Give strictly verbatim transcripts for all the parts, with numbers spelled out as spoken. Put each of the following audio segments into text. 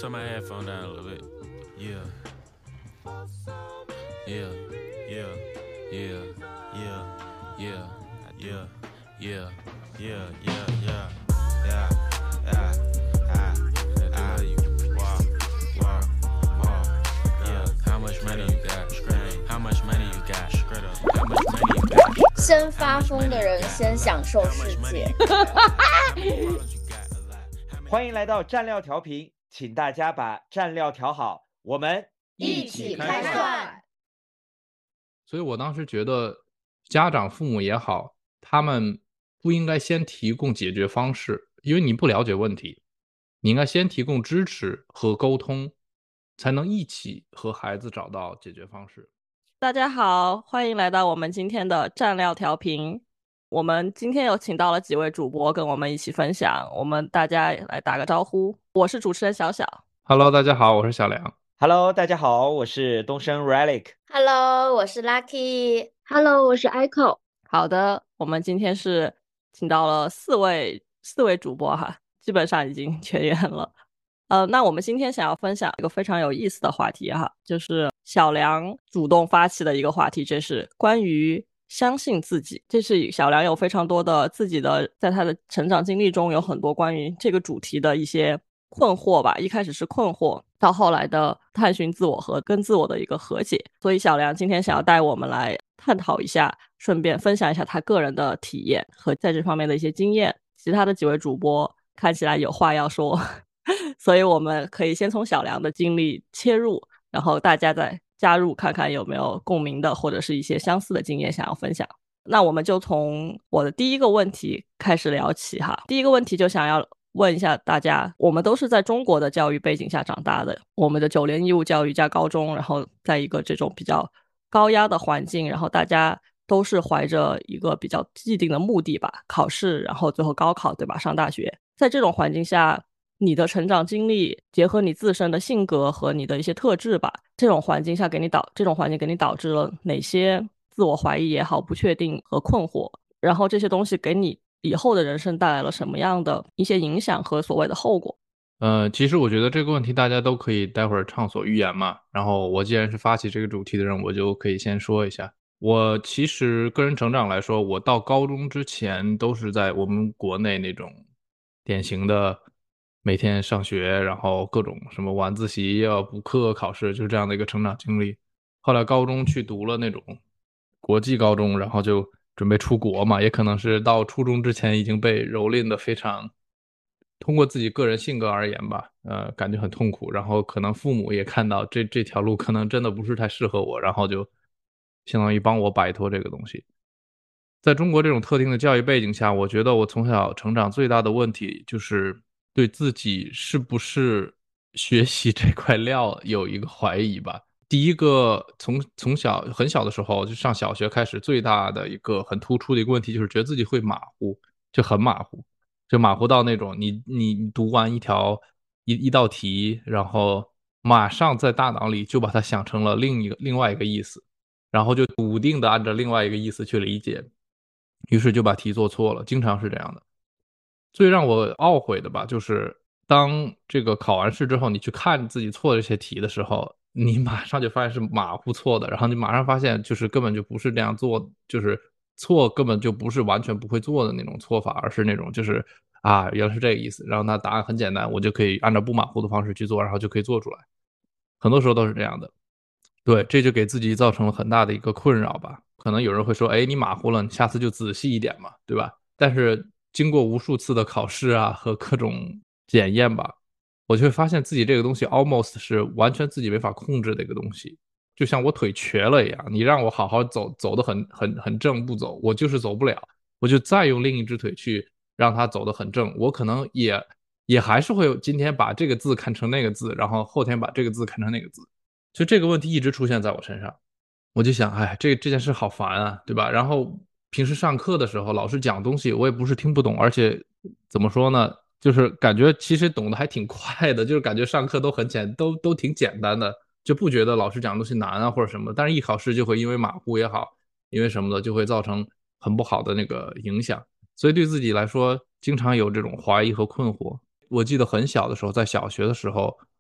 turn my headphone down a little bit. Yeah. Yeah. Yeah. Yeah. Yeah. Yeah. Yeah. Yeah. Yeah. Yeah. Yeah. Yeah. Yeah. Ah. Ah. You. Wow. Wow. Wow. Yeah. How much money you got? How much money you got? How much money you got? 先发疯的人先享受世界。 欢迎来到蘸料调频，请大家把蘸料调好，我们一起开涮。 所以我当时觉得家长父母也好，他们不应该先提供解决方式，因为你不了解问题，你应该先提供支持和沟通，才能一起和孩子找到解决方式。 大家好，欢迎来到我们今天的蘸料调频。我们今天有请到了几位主播跟我们一起分享，我们大家来打个招呼。我是主持人小小。 Hello， 大家好，我是小梁。 Hello， 大家好，我是东升 Relic。 Hello， 我是 Lucky。 Hello， 我是 Echo。 好的，我们今天是请到了四位四位主播哈，基本上已经全员了。呃，那我们今天想要分享一个非常有意思的话题哈，就是小梁主动发起的一个话题，这是关于相信自己。这是小梁有非常多的自己的，在他的成长经历中有很多关于这个主题的一些困惑吧。一开始是困惑，到后来的探寻自我和跟自我的一个和解。所以小梁今天想要带我们来探讨一下，顺便分享一下他个人的体验和在这方面的一些经验。其他的几位主播看起来有话要说所以我们可以先从小梁的经历切入，然后大家再加入看看有没有共鸣的或者是一些相似的经验想要分享。那我们就从我的第一个问题开始聊起哈。第一个问题就想要问一下大家，我们都是在中国的教育背景下长大的，我们的九年义务教育加高中，然后在一个这种比较高压的环境，然后大家都是怀着一个比较既定的目的吧，考试，然后最后高考，对吧，上大学。在这种环境下，你的成长经历结合你自身的性格和你的一些特质吧，这种环境下给你导这种环境给你导致了哪些自我怀疑也好，不确定和困惑，然后这些东西给你以后的人生带来了什么样的一些影响和所谓的后果。 呃，其实我觉得这个问题大家都可以待会儿畅所欲言嘛，然后我既然是发起这个主题的人，我就可以先说一下。我其实个人成长来说，我到高中之前都是在我们国内那种典型的每天上学，然后各种什么晚自习要补课考试，就是这样的一个成长经历。后来高中去读了那种国际高中，然后就准备出国嘛，也可能是到初中之前已经被蹂躏的非常，通过自己个人性格而言吧，呃，感觉很痛苦。然后可能父母也看到这这条路可能真的不是太适合我，然后就相当于帮我摆脱这个东西。在中国这种特定的教育背景下，我觉得我从小成长最大的问题就是对自己是不是学习这块料有一个怀疑吧。第一个从从小很小的时候就上小学开始，最大的一个很突出的一个问题就是觉得自己会马虎，就很马虎，就马虎到那种你你你读完一条一一道题，然后马上在大脑里就把它想成了另一个另外一个意思，然后就笃定的按照另外一个意思去理解，于是就把题做错了，经常是这样的。最让我懊悔的吧，就是当这个考完试之后，你去看自己错的这些题的时候，你马上就发现是马虎错的，然后你马上发现就是根本就不是这样做，就是错根本就不是完全不会做的那种错法，而是那种就是啊，原来是这个意思，然后那答案很简单，我就可以按照不马虎的方式去做，然后就可以做出来。很多时候都是这样的。对，这就给自己造成了很大的一个困扰吧。可能有人会说，哎，你马虎了，你下次就仔细一点嘛，对吧？但是经过无数次的考试啊和各种检验吧，我就会发现自己这个东西 almost 是完全自己没法控制的一个东西。就像我腿瘸了一样，你让我好好走，走得很很很正不走，我就是走不了，我就再用另一只腿去让它走得很正，我可能也也还是会今天把这个字看成那个字，然后后天把这个字看成那个字。就这个问题一直出现在我身上，我就想，哎，这这件事好烦啊，对吧？然后平时上课的时候，老师讲东西，我也不是听不懂，而且怎么说呢，就是感觉其实懂得还挺快的，就是感觉上课都很简，都都挺简单的，就不觉得老师讲的东西难啊或者什么。但是一考试就会因为马虎也好，因为什么的，就会造成很不好的那个影响。所以对自己来说，经常有这种怀疑和困惑。我记得很小的时候，在小学的时候，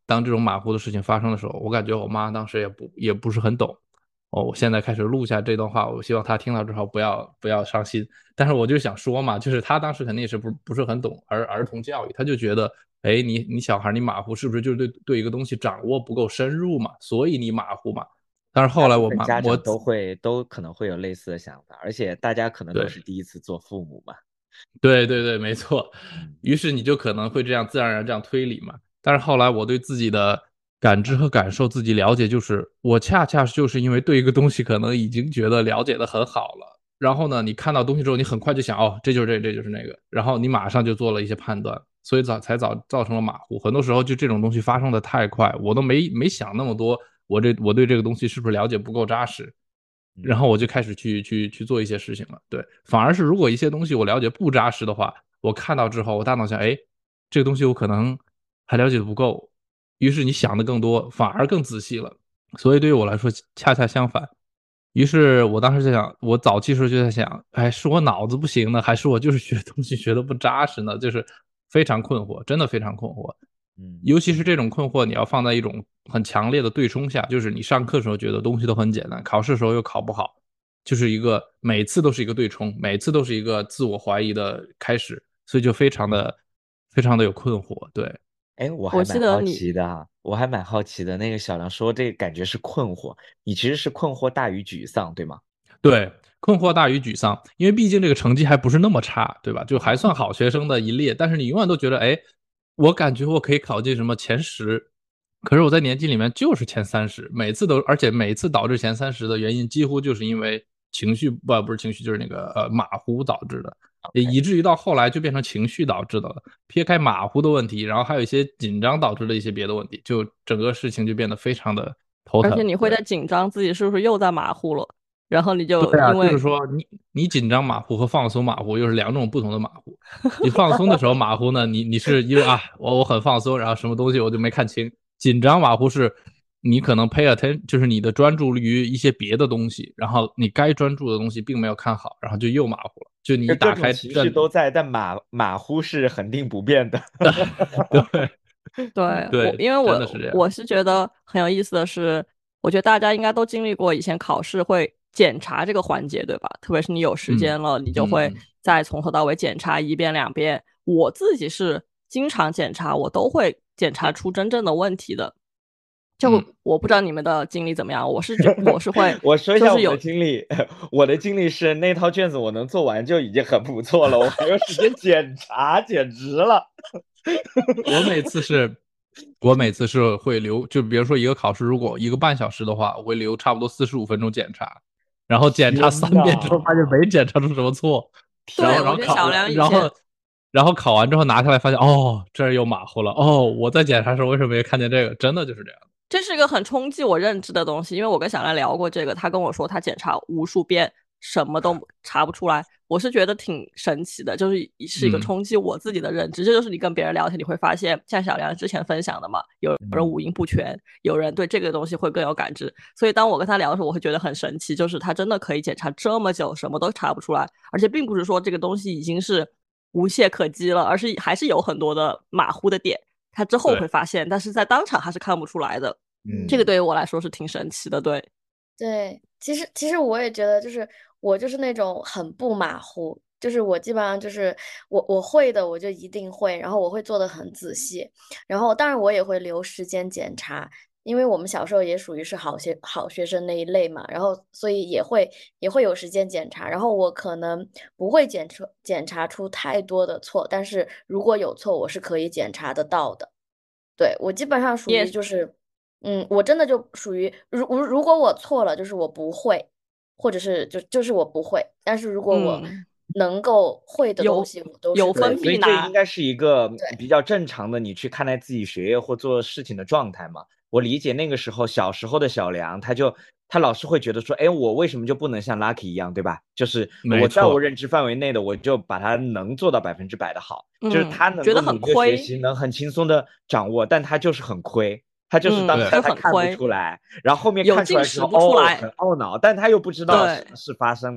当这种马虎的事情发生的时候，我感觉我妈当时也不也不是很懂。哦，我现在开始录下这段话，我希望她听到之后不要不要伤心。但是我就想说嘛，就是她当时肯定也是不不是很懂儿儿童教育，她就觉得，哎，你你小孩你马虎是不是就是对对一个东西掌握不够深入嘛，所以你马虎嘛。但是后来我妈我家长都会都可能会有类似的想法，而且大家可能都是第一次做父母嘛。 对对对，没错。于是你就可能会这样自然而然这样推理嘛。但是后来我对自己的感知和感受自己了解，就是我恰恰就是因为对一个东西可能已经觉得了解的很好了，然后呢，你看到东西之后，你很快就想，哦，这就是这，这就是那个，然后你马上就做了一些判断，所以早才早造成了马虎。很多时候就这种东西发生的太快，我都没没想那么多，我这我对这个东西是不是了解不够扎实。然后我就开始去去去做一些事情了。对，反而是如果一些东西我了解不扎实的话，我看到之后，我大脑想，哎，这个东西我可能还了解的不够，于是你想的更多，反而更仔细了。所以对于我来说，恰恰相反。于是我当时就想，我早期时候就在想，哎，是我脑子不行呢，还是我就是学东西学的不扎实呢？就是非常困惑，真的非常困惑。 嗯， 尤其是这种困惑，你要放在一种很强烈的对冲下，就是你上课的时候觉得东西都很简单，考试的时候又考不好，就是一个每次都是一个对冲，每次都是一个自我怀疑的开始，所以就非常的非常的有困惑。对， 哎，我还我记蛮好得你奇的啊，我还蛮好奇的。那个小梁说这个感觉是困惑，你其实是困惑大于沮丧，对吗？ 对，困惑大于沮丧，因为毕竟这个成绩还不是那么差，对吧？就还算好学生的一列，但是你永远都觉得，哎，我感觉我可以考进什么前十，可是我在年级里面就是前三十，每次都，而且每次导致前三十的原因，几乎就是因为情绪不不是情绪，就是那个呃马虎导致的，以至于到后来就变成情绪导致的了。撇开马虎的问题，然后还有一些紧张导致的一些别的问题，就整个事情就变得非常的头疼。 而且你会在紧张自己是不是又在马虎了，然后你就对啊， 因为就是说你你紧张马虎和放松马虎又是两种不同的马虎。你放松的时候马虎呢，你你是因为啊我我很放松，然后什么东西我就没看清。紧张马虎是你可能 pay attention，就是你的专注于一些别的东西，然后你该专注的东西并没有看好，然后就又马虎了。就你一打开情绪都在，但马马虎是恒定不变的。 对对， 对， 我因为我是我是觉得很有意思的是，我觉得大家应该都经历过以前考试会检查这个环节，对吧？特别是你有时间了， 嗯、 你就会再从头到尾检查一遍两遍。我自己是经常检查，我都会检查出真正的问题的。就我不知道你们的经历怎么样，我是觉我是会， 我说一下我的经历，我的经历是那套卷子我能做完就已经很不错了，我还有时间检查，简直了。 我每次是，我每次是会留，就比如说一个考试，如果一个半小时的话，我会留差不多四十五分钟检查，然后检查三遍之后发现没检查出什么错，然后然后考，然后然后考完之后拿下来发现，哦，这儿又马虎了，哦，我在检查的时候为什么没看见这个？真的就是这样。 这是一个很冲击我认知的东西，因为我跟小兰聊过这个，他跟我说他检查无数遍什么都查不出来，我是觉得挺神奇的，就是是一个冲击我自己的认知、嗯、这就是你跟别人聊天你会发现，像小梁之前分享的嘛，有人五音不全，有人对这个东西会更有感知，所以当我跟他聊的时候我会觉得很神奇，就是他真的可以检查这么久什么都查不出来，而且并不是说这个东西已经是无懈可击了，而是还是有很多的马虎的点，他之后会发现，但是在当场还是看不出来的。嗯，这个对于我来说是挺神奇的。对对，其实其实我也觉得，就是我就是那种很不马虎，就是我基本上就是我我会的我就一定会，然后我会做的很仔细，然后当然我也会留时间检查，因为我们小时候也属于是好学好学生那一类嘛，然后所以也会也会有时间检查，然后我可能不会检测检查出太多的错，但是如果有错我是可以检查得到的。对，我基本上属于就是嗯，我真的就属于如如果我错了，就是我不会，或者是就就是我不会。但是如果我能够会的东西，我都是有分所以这应该是一个比较正常的，你去看待自己学业或做事情的状态嘛。我理解那个时候小时候的小梁，他就他老是会觉得说，哎，我为什么就不能像 Lucky 一样，对吧？就是我在我认知范围内的，我就把它能做到百分之百的好， 嗯、 就是他能够努力学习，能很轻松的掌握，但他就是很亏。他就是当下他看不出来，嗯、然后后面看出来之后，哦，很懊恼，但他又不知道什么事发生了。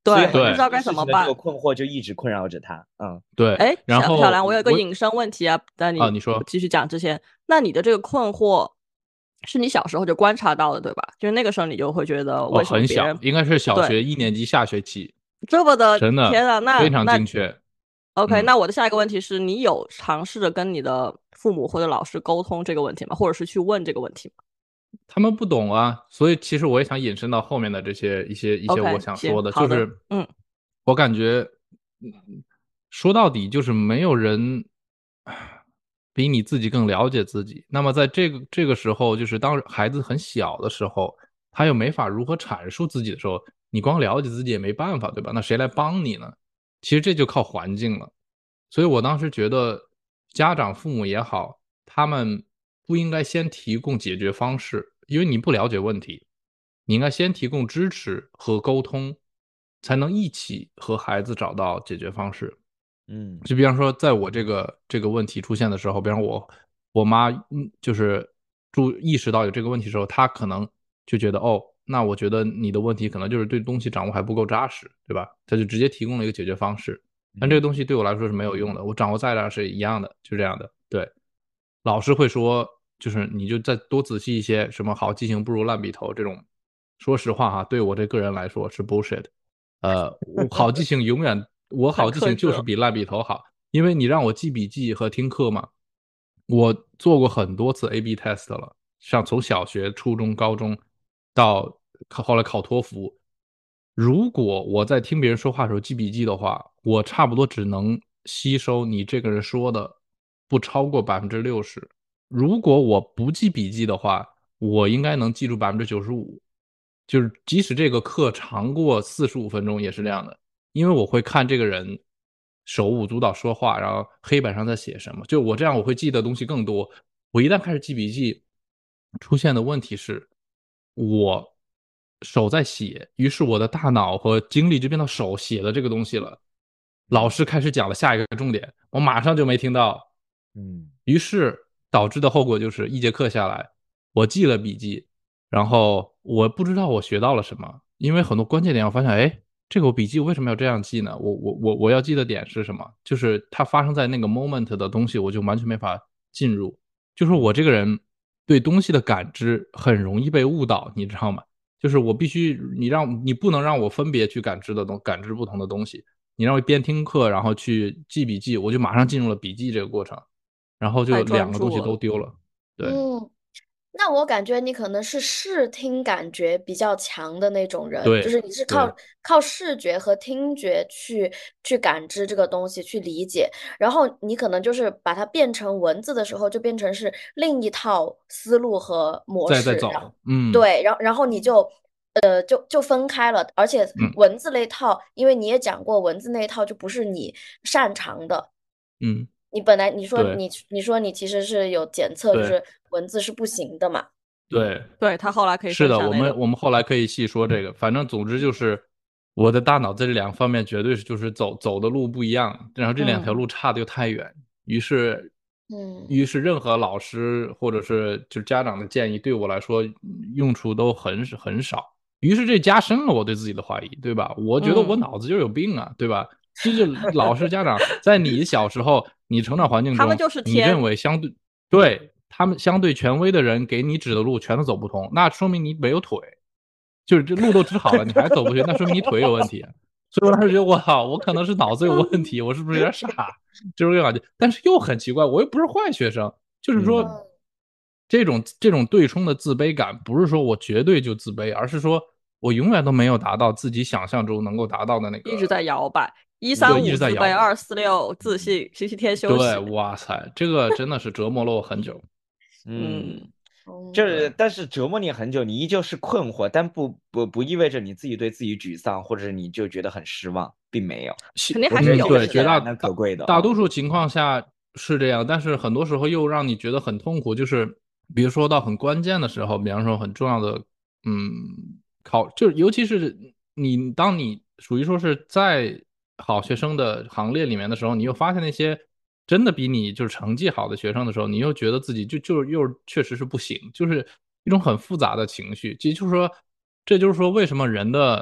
所以对， 好像不知道这个事该怎么办情的这个。困惑就一直困扰着他。嗯， 对， 哎， 然后小小梁，我有个我引申问题啊，但你啊，你说继续讲之前，那你的这个困惑是你小时候就观察到的，对吧？就是那个时候你就会觉得哦， 为什么很小， 别人应该是小对学一年级下学期， 这么的真天啊？ 的非常那那精确。 OK， 嗯那我的下一个问题是你有尝试着跟你的父母或者老师沟通这个问题吗？或者是去问这个问题吗他们不懂啊，所以其实我也想引申到后面的这些一些一些我 ？OK，行， 想说的， 好的， 就是嗯， 我感觉，嗯说到底就是没有人比你自己更了解自己。那么在这个这个时候，就是当孩子很小的时候，他又没法如何阐述自己的时候，你光了解自己也没办法，对吧？那谁来帮你呢？其实这就靠环境了。所以我当时觉得，家长、父母也好，他们不应该先提供解决方式，因为你不了解问题，你应该先提供支持和沟通，才能一起和孩子找到解决方式。 嗯就比方说，在我这个这个问题出现的时候，比方我我妈，嗯，就是注意识到有这个问题的时候，她可能就觉得，哦，那我觉得你的问题可能就是对东西掌握还不够扎实，对吧？她就直接提供了一个解决方式，但这个东西对我来说是没有用的，我掌握再扎实是一样的，就这样的。对，老师会说，就是你就再多仔细一些，什么好记性不如烂笔头这种，说实话哈，对我这个人来说是 bullshit。呃，我好记性永远，我很好记性克制了就是比烂笔头好，因为你让我记笔记和听课嘛，我做过很多次 A B test 了，像从小学、初中、高中到考后来考托福，如果我在听别人说话的时候记笔记的话，我差不多只能吸收你这个人说的不超过百分之六十。如果我不记笔记的话，我应该能记住百分之九十五。就是即使这个课长过四十五分钟也是这样的，因为我会看这个人手舞足蹈说话，然后黑板上在写什么，就我这样我会记的东西更多。我一旦开始记笔记，出现的问题是，我手在写，于是我的大脑和精力就变到手写的这个东西了。老师开始讲了下一个重点，我马上就没听到， 嗯于是导致的后果就是一节课下来，我记了笔记，然后我不知道我学到了什么，因为很多关键点我发现，哎，这个我笔记为什么要这样记呢？我我我我要记的点是什么？就是它发生在那个 moment 的东西，我就完全没法进入。就是我这个人对东西的感知很容易被误导，你知道吗？就是我必须你让你不能让我分别去感知的东感知不同的东西，你让我边听课然后去记笔记，我就马上进入了笔记这个过程，然后就太专两个东西注了都丢了。对， 嗯，那我感觉你可能是视听感觉比较强的那种人，就对是你是对靠靠视觉和听觉去去感知这个东西，去理解，然后你可能就是把它变成文字的时候，就变成是另一套思路和模再再式，然后走，嗯对，然后然后你就呃就就分开了，而且嗯文字那一套，因为你也讲过，文字那一套就不是你擅长的。 嗯， 你本来你说对你你说你其实是有检测，就对是文字是不行的嘛。 对。 对他后来可以是的， 分享那个， 我们我们后来可以细说这个，反正总之就是我的大脑在这两个方面绝对是就是走走的路不一样，然后这两条嗯路差的又太远，于是嗯于是任何老师或者是就家长的建议对我来说用处都很很少，于是这加深了我对自己的怀疑，对吧？我觉得我嗯， 脑子就有病啊，对吧？这就老师家长在你小时候你成长环境中， 他们就是你认天， 为相对对他们相对权威的人给你指的路全都走不通，那说明你没有腿，就是这路都指好了，你还走不去，那说明你腿有问题。所以我当时觉得，我操，我可能是脑子有问题，我是不是有点傻？这种感觉，但是又很奇怪，我又不是坏学生，就是说， 嗯这种这种对冲的自卑感，不是说我绝对就自卑，而是说我永远都没有达到自己想象中能够达到的那个， 一直在摇摆，一对， 三一直在五自卑， 摇摆。 二四六自信，星期天休对， 息。 哇塞，这个真的是折磨了我很久。 嗯， 嗯， 就是嗯但是折磨你很久，你依旧是困惑，但不不不意味着你自己对自己沮丧，或者是你就觉得很失望，并没有。 肯定我觉得还是有的， 这个是很对绝大难能可贵的。 大啊多数情况下是这样，但是很多时候又让你觉得很痛苦，就是比如说到很关键的时候，比方说很重要的，嗯，考，就是尤其是你当你属于说是在好学生的行列里面的时候，你又发现那些真的比你就是成绩好的学生的时候，你又觉得自己就就又确实是不行，就是一种很复杂的情绪。其实就是说，这就是说为什么人的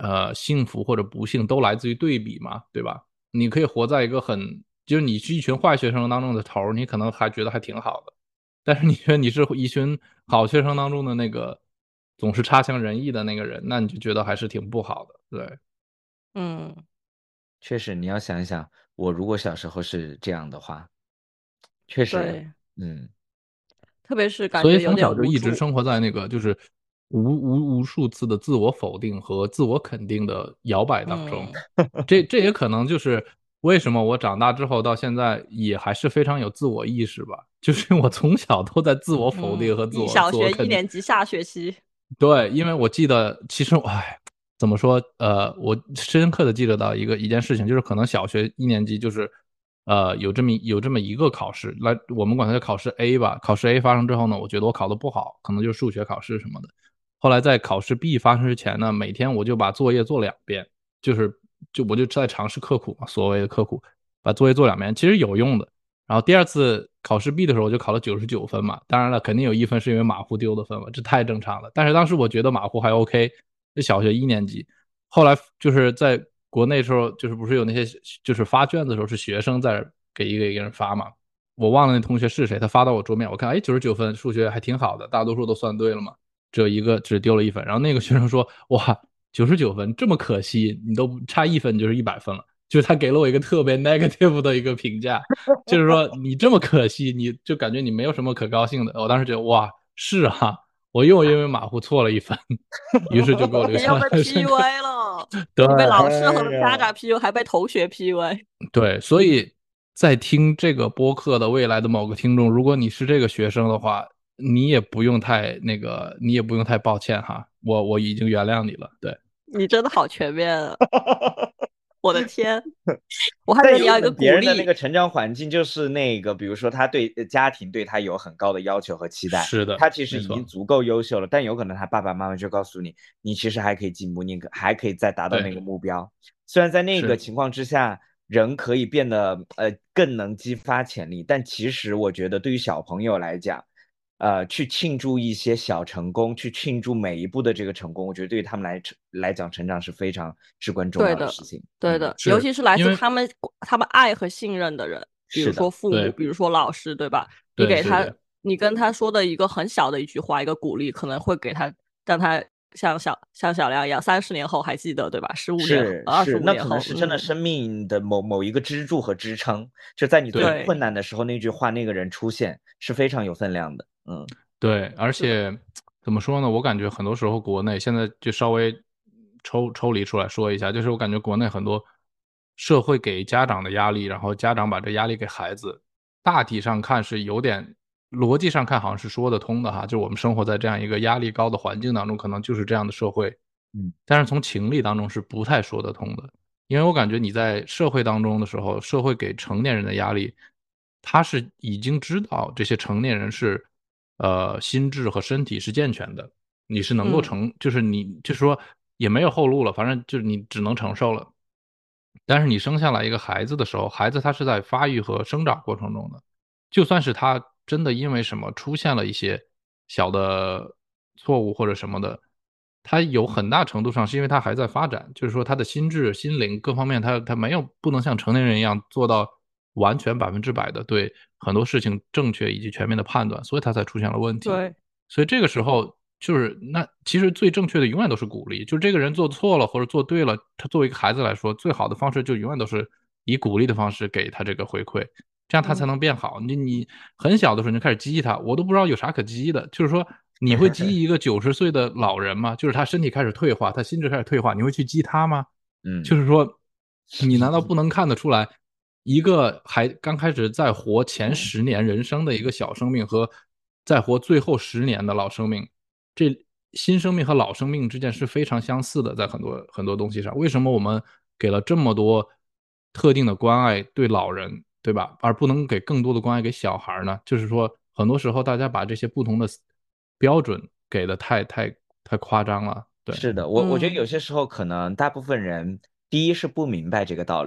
呃幸福或者不幸都来自于对比嘛，对吧？你可以活在一个很就是你是一群坏学生当中的头，你可能还觉得还挺好的，但是你觉得你是一群好学生当中的那个总是差强人意的那个人，那你就觉得还是挺不好的，对。 嗯， 确实，你要想一想，我如果小时候是这样的话，确实， 对， 嗯， 特别是感所以觉有点从小就无助。 一直生活在那个就是无无无数次的自我否定和自我肯定的摇摆当中。 嗯， 这这也可能就是为什么我长大之后到现在也还是非常有自我意识吧，就是我从小都在自我否定嗯， 和自我一小学一自我肯定。 年级下学期， 对，因为我记得其实唉，怎么说，呃，我深刻的记得到一个一件事情，就是可能小学一年级就是，呃，有这么有这么一个考试，来我们管它叫考试 A 吧。考试 A 发生之后呢，我觉得我考得不好，可能就是数学考试什么的。后来在考试 B 发生之前呢，每天我就把作业做两遍，就是就我就在尝试刻苦嘛，所谓的刻苦，把作业做两遍，其实有用的。然后第二次考试 B 的时候，我就考了九十九分嘛，当然了，肯定有一分是因为马虎丢的分嘛，这太正常了。但是当时我觉得马虎还 OK，是小学一年级。后来就是在国内的时候，就是不是有那些就是发卷子的时候是学生在给一个一个人发嘛，我忘了那同学是谁，他发到我桌面，我看哎九十九分，数学还挺好的，大多数都算对了嘛，只有一个只丢了一分。然后那个学生说哇九十九分这么可惜，你都差一分就是一百分了。就是他给了我一个特别 negative 的一个评价，就是说你这么可惜，你就感觉你没有什么可高兴的。我当时觉得哇，是啊，我又因为马虎错了一分，于是就给我留你又被下了很深刻。 P U A 了， 对你被老师和哎呀家长 P U，还被同学 P U A。 对，所以在听这个播客的未来的某个听众，如果你是这个学生的话，你也不用太那个，你也不用太抱歉哈，我我已经原谅你了。对， 你真的好全面啊！我的天，我还以但为你要一个有可能别鼓励。 人的那个成长环境就是那个，比如说他对呃家庭对他有很高的要求和期待， 是的， 他其实没错， 已经足够优秀了，但有可能他爸爸妈妈就告诉你，你其实还可以进步，你可还可以再达到那对， 个目标。虽然在那个是。 情况之下，人可以变得呃更能激发潜力，但其实我觉得对于小朋友来讲，呃，去庆祝一些小成功，去庆祝每一步的这个成功，我觉得对于他们来成来讲，成长是非常至关重对的， 要的事情。嗯， 对的，尤是， 其是来因为自他们他们爱和信任的人，比如是的， 说父母， 对比如说老师，对吧？你给他， 对对对， 你跟他说的一个很小的一句话，一个鼓励，可能会给他让他像小像小亮一样，三十年后还记得，对吧？十五年后，二十是是，那可能五年后，嗯， 是真的生命的某某一个支柱和支撑，就在你最对困难的时候，那句话那个人出现是非常有分量的。嗯， 对，而是的， 且怎么说呢？我感觉很多时候国内现在就稍微抽抽离出来说一下，就是我感觉国内很多社会给家长的压力，然后家长把这压力给孩子，大体上看是有点逻辑上看好像是说得通的哈，就我们生活在这样一个压力高的环境当中，可能就是这样的社会。 嗯， 但是从情理当中是不太说得通的。因为我感觉你在社会当中的时候，社会给成年人的压力，他是已经知道这些成年人是，呃，心智和身体是健全的，你是能够嗯， 承就是你就是说也没有后路了，反正就是你只能承受了。但是你生下来一个孩子的时候，孩子他是在发育和生长过程中的，就算是他真的因为什么出现了一些小的错误或者什么的，他有很大程度上是因为他还在发展，就是说他的心智、心灵各方面他他没有不能像成年人一样做到完全百分之百的对很多事情正确以及全面的判断，所以他才出现了问题。 对， 所以这个时候就是那其实最正确的永远都是鼓励，就是这个人做错了或者做对了，他作为一个孩子来说，最好的方式就永远都是以鼓励的方式给他这个回馈，这样他才嗯， 能变好。你你很小的时候你就开始激他，我都不知道有啥可激的，就是说你会激一个九十岁的老人吗？就是他身体开始退化，他心智开始退化，你会去激他吗？ 嗯， 就是说，你难道不能看得出来，一个还刚开始在活前十年人生的一个小生命和在活最后十年的老生命，这新生命和老生命之间是非常相似的，在很多很多东西上。为什么我们给了这么多特定的关爱对老人，对吧？而不能给更多的关爱给小孩呢？就是说，很多时候大家把这些不同的标准给的太太太夸张了。对， 是的，我我觉得嗯， 有些时候可能大部分人，第一是不明白这个道理，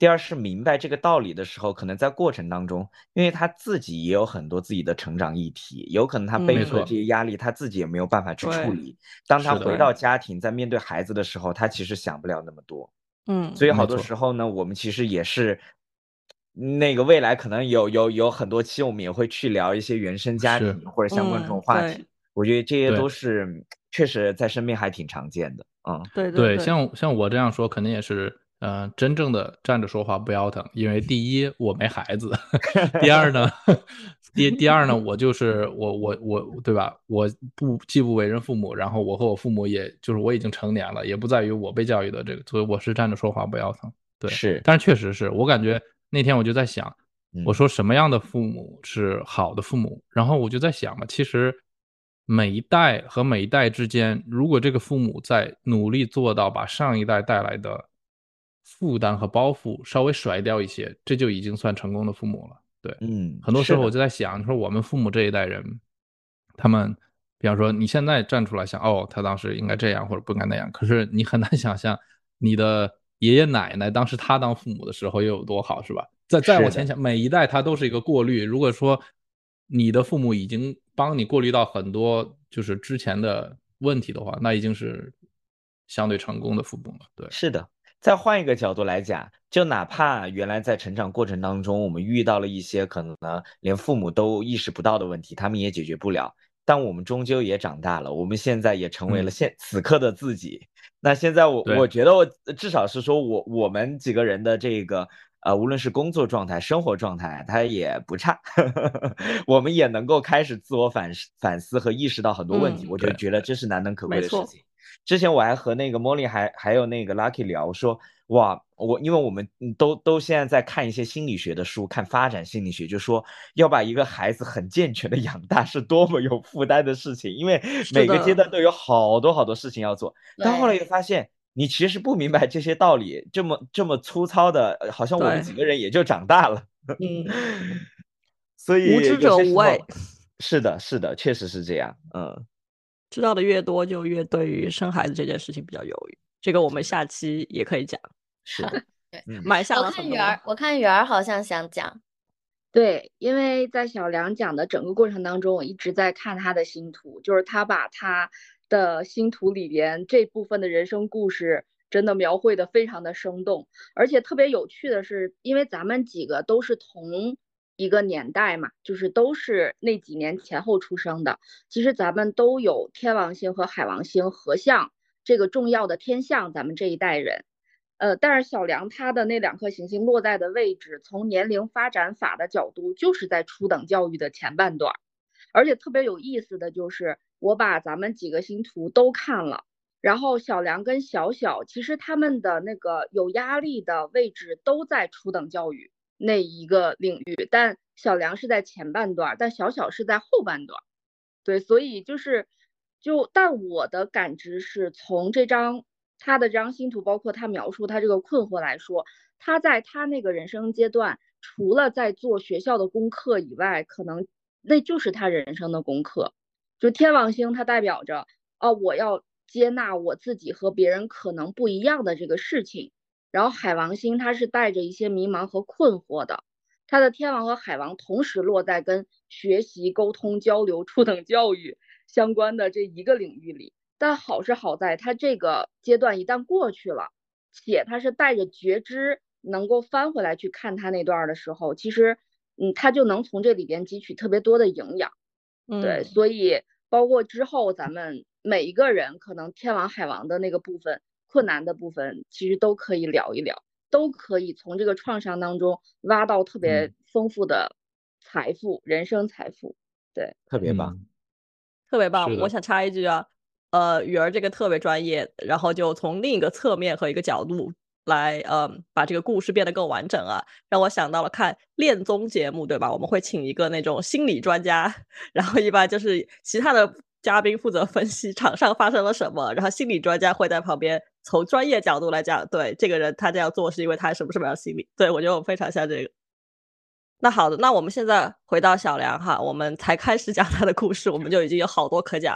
第二是明白这个道理的时候，可能在过程当中，因为他自己也有很多自己的成长议题，有可能他背负的这些压力，他自己也没有办法去处理。当他回到家庭，在面对孩子的时候，他其实想不了那么多。 嗯， 所以好多时候呢，我们其实也是那个未来可能有有有很多期，我们也会去聊一些原生家庭或者相关这种话题。 嗯、 我觉得这些都是确实在身边还挺常见的。嗯， 对对对，像像我这样说，肯定也是。呃，真正的站着说话不腰疼，因为第一我没孩子，第二呢，第第二呢，我就是我我我对吧？我不既不为人父母，然后我和我父母也就是我已经成年了，也不在于我被教育的这个，所以我是站着说话不腰疼。对， 是， 但是确实是我感觉那天我就在想， 嗯、 我说什么样的父母是好的父母？然后我就在想嘛，其实。每一代和每一代之间，如果这个父母在努力做到把上一代带来的负担和包袱稍微甩掉一些，这就已经算成功的父母了。对， 嗯， 很多时候我就在想，你说我们父母这一代人，他们，比方说你现在站出来想，哦，他当时应该这样或者不应该那样，可是你很难想象你的爷爷奶奶当时他当父母的时候又有多好，是吧？再再往前想，每一代它都是一个过滤。如果说你的父母已经帮你过滤到很多就是之前的问题的话，那已经是相对成功的父母了。对， 是的。再换一个角度来讲，就哪怕原来在成长过程当中，我们遇到了一些可能连父母都意识不到的问题，他们也解决不了，但我们终究也长大了，我们现在也成为了现、嗯、此刻的自己。那现在我我觉得我至少是说我我们几个人的这个呃，无论是工作状态、生活状态，它也不差，我们也能够开始自我反反思和意识到很多问题，嗯、我就觉得这是难能可贵的事情。之前我还和那个 Molly 还还有那个 Lucky 聊说，哇，我因为我们都都现在在看一些心理学的书，看发展心理学，就说要把一个孩子很健全的养大是多么有负担的事情，因为每个阶段都有好多好多事情要做。但后来又发现，你其实不明白这些道理，这么这么粗糙的，好像我们几个人也就长大了。嗯，所以无知者无畏。 是的，是的，确实是这样。嗯。 知道的越多，就越对于生孩子这件事情比较犹豫。这个我们下期也可以讲。 是的， 对， 埋下了我看雨儿，我看雨儿好像想讲。 对，因为在小梁讲的整个过程当中，我一直在看他的星图，就是他把他的星图里边这部分的人生故事真的描绘的非常的生动，而且特别有趣的是，因为咱们几个都是同一个年代嘛，就是都是那几年前后出生的，其实咱们都有天王星和海王星合相这个重要的天象，咱们这一代人。呃，但是小梁他的那两颗行星落在的位置，从年龄发展法的角度，就是在初等教育的前半段。而且特别有意思的就是，我把咱们几个星图都看了，然后小梁跟小小，其实他们的那个有压力的位置都在初等教育那一个领域，但小梁是在前半段，但小小是在后半段。对，所以就是就，但我的感知是从这张。他的这张星图，包括他描述他这个困惑来说，他在他那个人生阶段，除了在做学校的功课以外，可能那就是他人生的功课。就天王星，它代表着哦，我要接纳我自己和别人可能不一样的这个事情。然后海王星，它是带着一些迷茫和困惑的。他的天王和海王同时落在跟学习、沟通、交流、初等教育相关的这一个领域里。但好是好在他这个阶段一旦过去了，且他是带着觉知能够翻回来去看他那段的时候，其实嗯，他就能从这里边汲取特别多的营养。 嗯， 对，所以包括之后咱们每一个人可能天王海王的那个部分困难的部分，其实都可以聊一聊，都可以从这个创伤当中挖到特别丰富的财富、嗯、人生财富。对， 特别棒、 嗯、 特别棒。我想插一句啊，呃，雨儿这个特别专业，然后就从另一个侧面和一个角度来，呃，把这个故事变得更完整啊，让我想到了看恋综节目，对吧？我们会请一个那种心理专家，然后一般就是其他的嘉宾负责分析场上发生了什么，然后心理专家会在旁边从专业角度来讲，对这个人他这样做是因为他什么什么样的心理，对我觉得我非常像这个。那好的，那我们现在回到小梁哈，我们才开始讲他的故事，我们就已经有好多可讲了。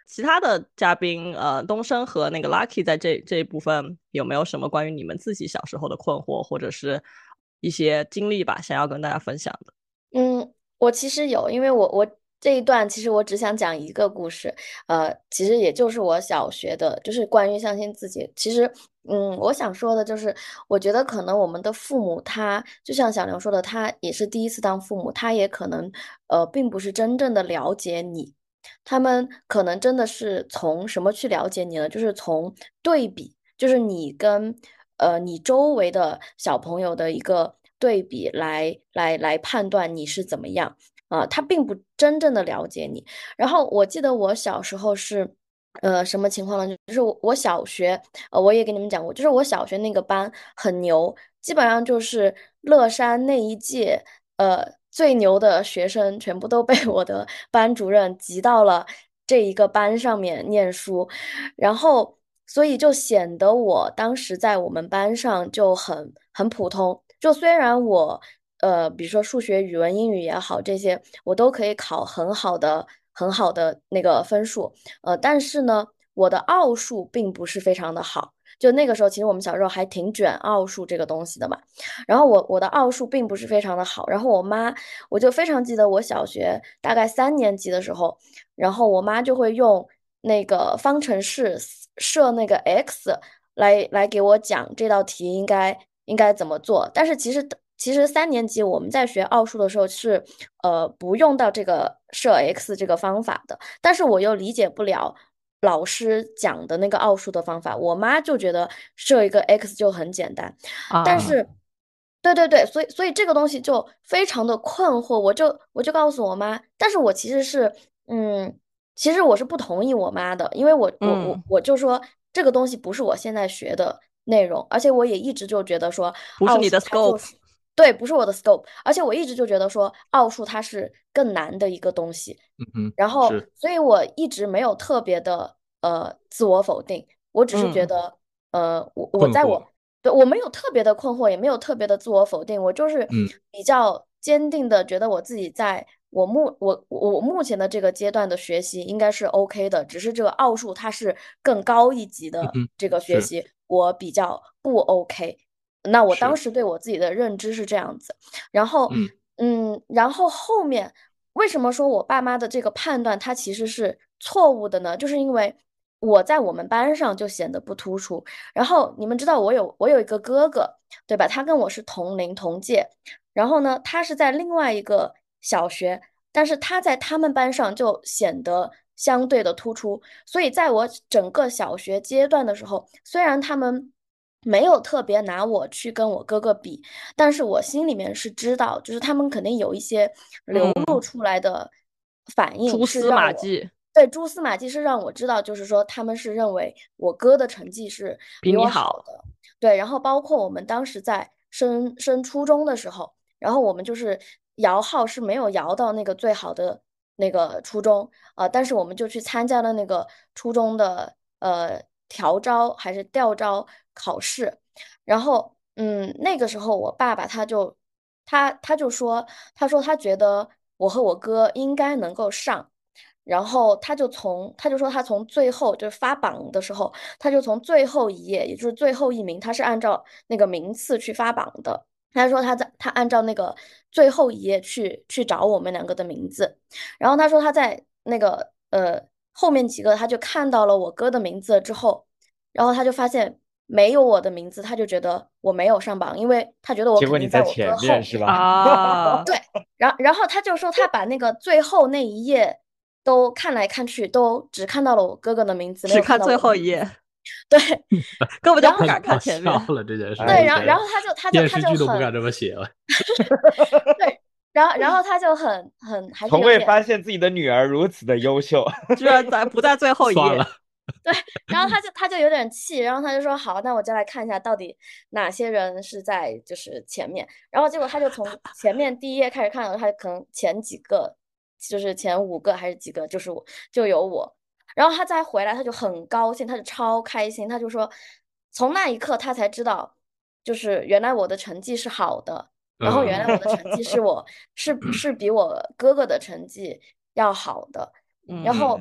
其他的嘉宾，呃，东升和那个 Lucky 在这这一部分有没有什么关于你们自己小时候的困惑，或者是一些经历吧，想要跟大家分享的？ 嗯，我其实有，因为我我这一段其实我只想讲一个故事，呃，其实也就是我小学的，就是关于相信自己。其实，嗯，我想说的就是，我觉得可能我们的父母他就像小刘说的，他也是第一次当父母，他也可能呃并不是真正的了解你，他们可能真的是从什么去了解你呢？就是从对比，就是你跟呃你周围的小朋友的一个对比来来来判断你是怎么样啊、他并不真正的了解你。然后我记得我小时候是。呃，什么情况呢？就是我我小学，呃，我也跟你们讲过，就是我小学那个班很牛，基本上就是乐山那一届，呃，最牛的学生全部都被我的班主任集到了这一个班上面念书，然后所以就显得我当时在我们班上就很很普通。就虽然我呃，比如说数学、语文、英语也好，这些我都可以考很好的、很好的那个分数，呃，但是呢，我的奥数并不是非常的好。就那个时候，其实我们小时候还挺卷奥数这个东西的嘛。然后我我的奥数并不是非常的好，然后我妈我就非常记得我小学大概三年级的时候，然后我妈就会用那个方程式设那个 x 来来给我讲这道题应该应该怎么做。但是其实其实三年级我们在学奥数的时候是呃不用到这个设 x 这个方法的，但是我又理解不了老师讲的那个奥数的方法，我妈就觉得设一个 x 就很简单，但啊， 是。对对对，所以所以这个东西就非常的困惑，我就我就告诉我妈，但是我其实是，嗯，其实我是不同意我妈的，因为我我我嗯， 我就说这个东西不是我现在学的内容，而且我也一直就觉得说奥数不是你的 scope。 它就是对，不是我的 scope，而且我一直就觉得说奥数它是更难的一个东西， 嗯哼， 然后是， 所以我一直没有特别的呃自我否定，我只是觉嗯得呃我我困惑， 在我。对，我没有特别的困惑，也没有特别的自我否定，我就是嗯比较坚定的觉得我自己在我目我我我目前的这个阶段的学习应该是 OK 的，只是这个奥数它是更高一级的嗯哼， 这个学是习，我比较不 OK。那我当是， 时对我自己的认知是这样子，然后嗯嗯，然后后面为什么说我爸妈的这个判断它其实是错误的呢？就是因为我在我们班上就显得不突出。然后你们知道我有我有一个哥哥，对吧？他跟我是同龄同届，然后呢，他是在另外一个小学，但是他在他们班上就显得相对的突出。所以在我整个小学阶段的时候，虽然他们没有特别拿我去跟我哥哥比，但是我心里面是知道，就是他们肯定有一些流露嗯， 出来的反应蛛丝是让我。 马迹对，蛛丝马迹是让我知道，就是说他们是认为我哥的成绩是比比我好你好。 的。对，然后包括我们当时在升升初中的时候，然后我们就是摇号是没有摇到那个最好的那个初中啊、呃但是我们就去参加了那个初中的呃调招还是调招考试，然后嗯那个时候我爸爸他就他他就说他说他觉得我和我哥应该能够上。然后他就从，他就说他从最后就是发榜的时候，他就从最后一页，也就是最后一名，他是按照那个名次去发榜的。他说他在他按照那个最后一页去去找我们两个的名字，然后他说他在那个呃后面几个他就看到了我哥的名字之后，然后他就发现没有我的名字，他就觉得我没有上榜，因为他觉得我结果你在肯定在我哥前面后面。 是吧？ 啊， 对，然然后他就说他把那个最后那一页都看来看去，都只看到了我哥哥的名字，没有看只看最到我的名字。 后一页， 对， 根本就然后不敢太搞看前面。 笑了这件事对， 哎情，天呐， 然然后他就他就他电视剧都不就很敢这么写了。 对，然后然后他就很很还是从未有点发现自己的女儿如此的优秀。 居然在不在最后一页算了， 对，然后他就他就有点气，然后他就说好，那我就来看一下到底哪些人是在就是前面，然后结果他就从前面第一页开始看到，他可能前几个就是前五个还是几个就是我就有我，然后他再回来他就很高兴，他就超开心，他就说从那一刻他才知道，就是原来我的成绩是好的，然后原来嗯， 我的成绩是我是是比我哥哥的成绩要好的，然嗯后。 嗯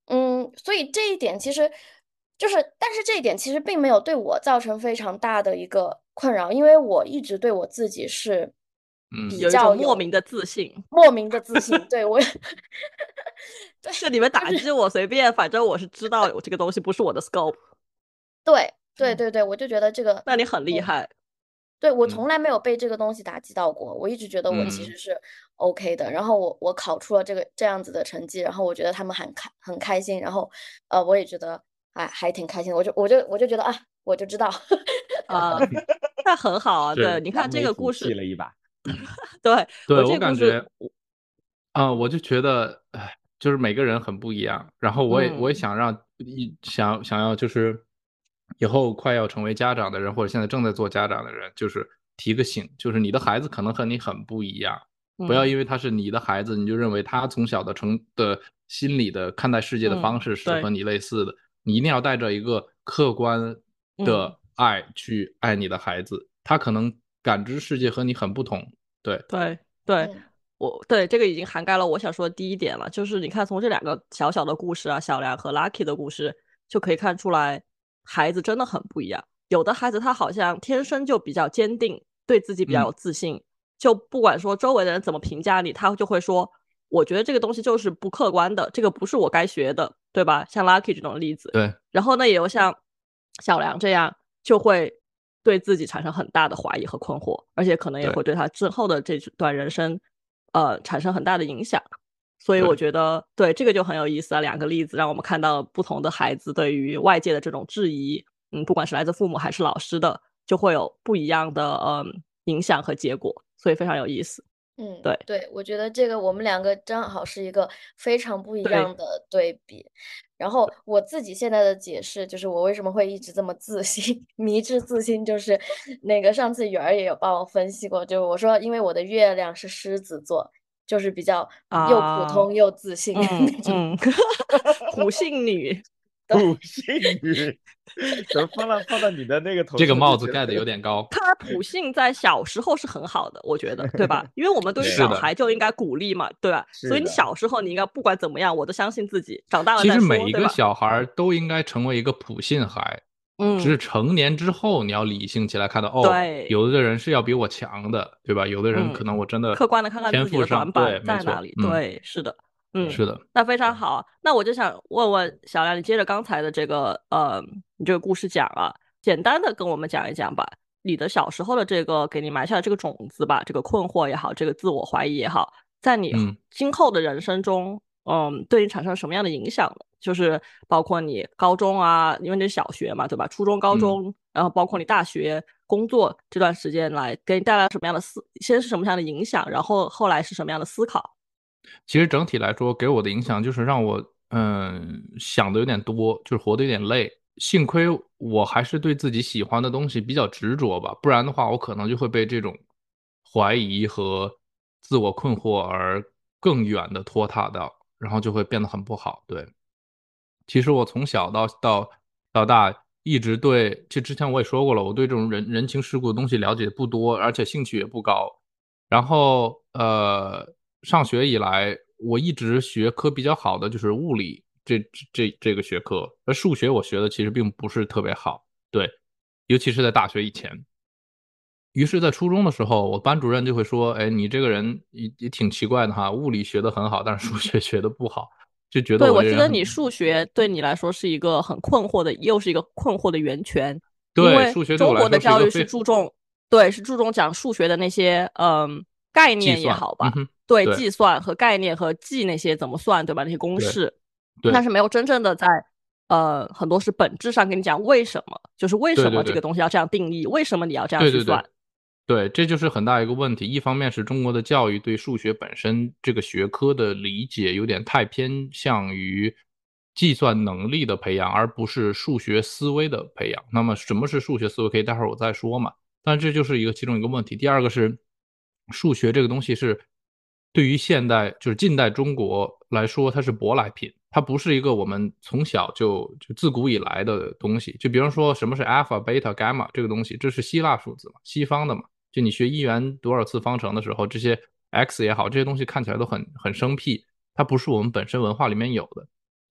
嗯，所以这一点其实就是，但是这一点其实并没有对我造成非常大的一个困扰，因为我一直对我自己是嗯比有一种较有莫名的自信， 莫名的自信，对我，对， 就你们打就是击我随便，反正我是知道有这个东西不是我的 scope。 对对对对，我就觉得这个， 那你很厉嗯害。 对，我嗯从来没有被这个东西打击到过，我一直觉得我其嗯实是 OK 的。然后我我考出了这个这样子的成绩，然后我觉得他们很开很开心，然后呃我也觉得哎还挺开心的，我就我就我就觉得啊，我就知道， 啊、那很好啊。对， 是你看这扬眉吐个故事， 气了一把。 对对我我这个故事， 感觉啊、我就觉得，哎，就是每个人很不一样。然后我也我也嗯想让一想想要就是以后快要成为家长的人，或者现在正在做家长的人，就是提个醒，就是你的孩子可能和你很不一样，不要嗯因为他是你的孩子，你就认为他从小的成的心理的看待世界的方嗯，对， 式是和你类似的。你一定要带着一个客观嗯的爱去爱你的孩子，他可能感知世界和你很不同。对， 对对， 嗯我对这个已经涵盖了我想说的第一点了，就是你看从这两个小小的故事啊，小梁和 Lucky 的故事，就可以看出来，孩子真的很不一样。有的孩子他好像天生就比较坚定，对自己比较有嗯自信，就不管说周围的人怎么评价你，他就会说，我觉得这个东西就是不客观的，这个不是我该学的，对吧？像 Lucky 这种例子。 对， 然后呢，也有像小梁这样，就会对自己产生很大的怀疑和困惑，而且可能也对会对他之后的这段人生，呃，产生很大的影响。所以对我觉得，对这个就很有意思啊。两个例子让我们看到不同的孩子对于外界的这种质疑，嗯，不管是来自父母还是老师的，就会有不一样的嗯影响和结果，所以非常有意思。 嗯， 对对，我觉得这个我们两个正好是一个非常不一对样的对比。然后我自己现在的解释就是我为什么会一直这么自信，迷之自信，就是那个上次雨儿也有帮我分析过，就我说因为我的月亮是狮子座，就是比较又普啊， 通又自信嗯那种。 嗯，普信女， 普信女，怎么放到放到你的那个头这个上就觉得帽子盖的有点高。 他普信在小时候是很好的，我觉得，对吧？因为我们对于对小是的孩就应该鼓励嘛，对吧？ 是所以你的小时候你应该不管怎么样，我都相信自己，长大了其实再说， 每一个对吧？ 小孩儿都应该成为一个普信孩，只是嗯， 成年之后你要理性起来，看到哦， 对， 有的人是要比我强的，对吧？有的人嗯， 可能我真的客观的看看自己天赋上， 的短板对，没错， 在哪里。 嗯， 对，是的，嗯， 是的， 那非常好。那我就想问问小梁，你接着刚才的这个呃，你这个故事讲啊，简单的跟我们讲一讲吧。你的小时候的这个给你埋下的这个种子吧，这个困惑也好，这个自我怀疑也好，在你嗯今后的人生中，嗯，对你产生什么样的影响呢？就是包括你高中啊，因为你是小学嘛，对吧？初中、高嗯中，然后包括你大学工作这段时间来，给你带来什么样的思，先是什么样的影响，然后后来是什么样的思考？ 其实整体来说，给我的影响就是让我嗯想的有点多，就是活得有点累。幸亏我还是对自己喜欢的东西比较执着吧，不然的话，我可能就会被这种怀疑和自我困惑而更远的拖沓到，然后就会变得很不好。对，其实我从小到到到大一直对，这之前我也说过了，我对这种人人情世故的东西了解不多，而且兴趣也不高。然后呃，上学以来，我一直学科比较好的就是物理这这这个学科，而数学我学的其实并不是特别好，对，尤其是在大学以前。于是，在初中的时候，我班主任就会说：“哎，你这个人也也挺奇怪的哈，物理学得很好，但是数学学得不好。”就觉得对， 我这人很我记得你数学对你来说是一个很困惑的，又是一个困惑的源泉，因对， 为数学对我中国的来说是一教育是个非注重，对，是注重讲数学的那些嗯概计算， 念也好吧， 嗯哼， 对， 对计算和概念和记那些怎么算，对吧？那些公对式， 对但是没有真正的在呃很多是本质上跟你讲为什么，就是为什么这对对对个东西要这样定义，为什么你要这样对对去算对，对，这就是很大一个问题。一方面是中国的教育对数学本身这个学科的理解有点太偏向于计算能力的培养，而不是数学思维的培养。那么什么是数学思维？可以待会儿我再说嘛。但这就是一个其中一个问题。第二个是数学这个东西是对于现代就是近代中国来说，它是舶来品，它不是一个我们从小就就自古以来的东西。就比方说什么是 alpha、beta、gamma 这个东西，这是希腊数字嘛，西方的嘛。就你学一元多少次方程的时候，这些 x 也好，这些东西看起来都很很生僻，它不是我们本身文化里面有的。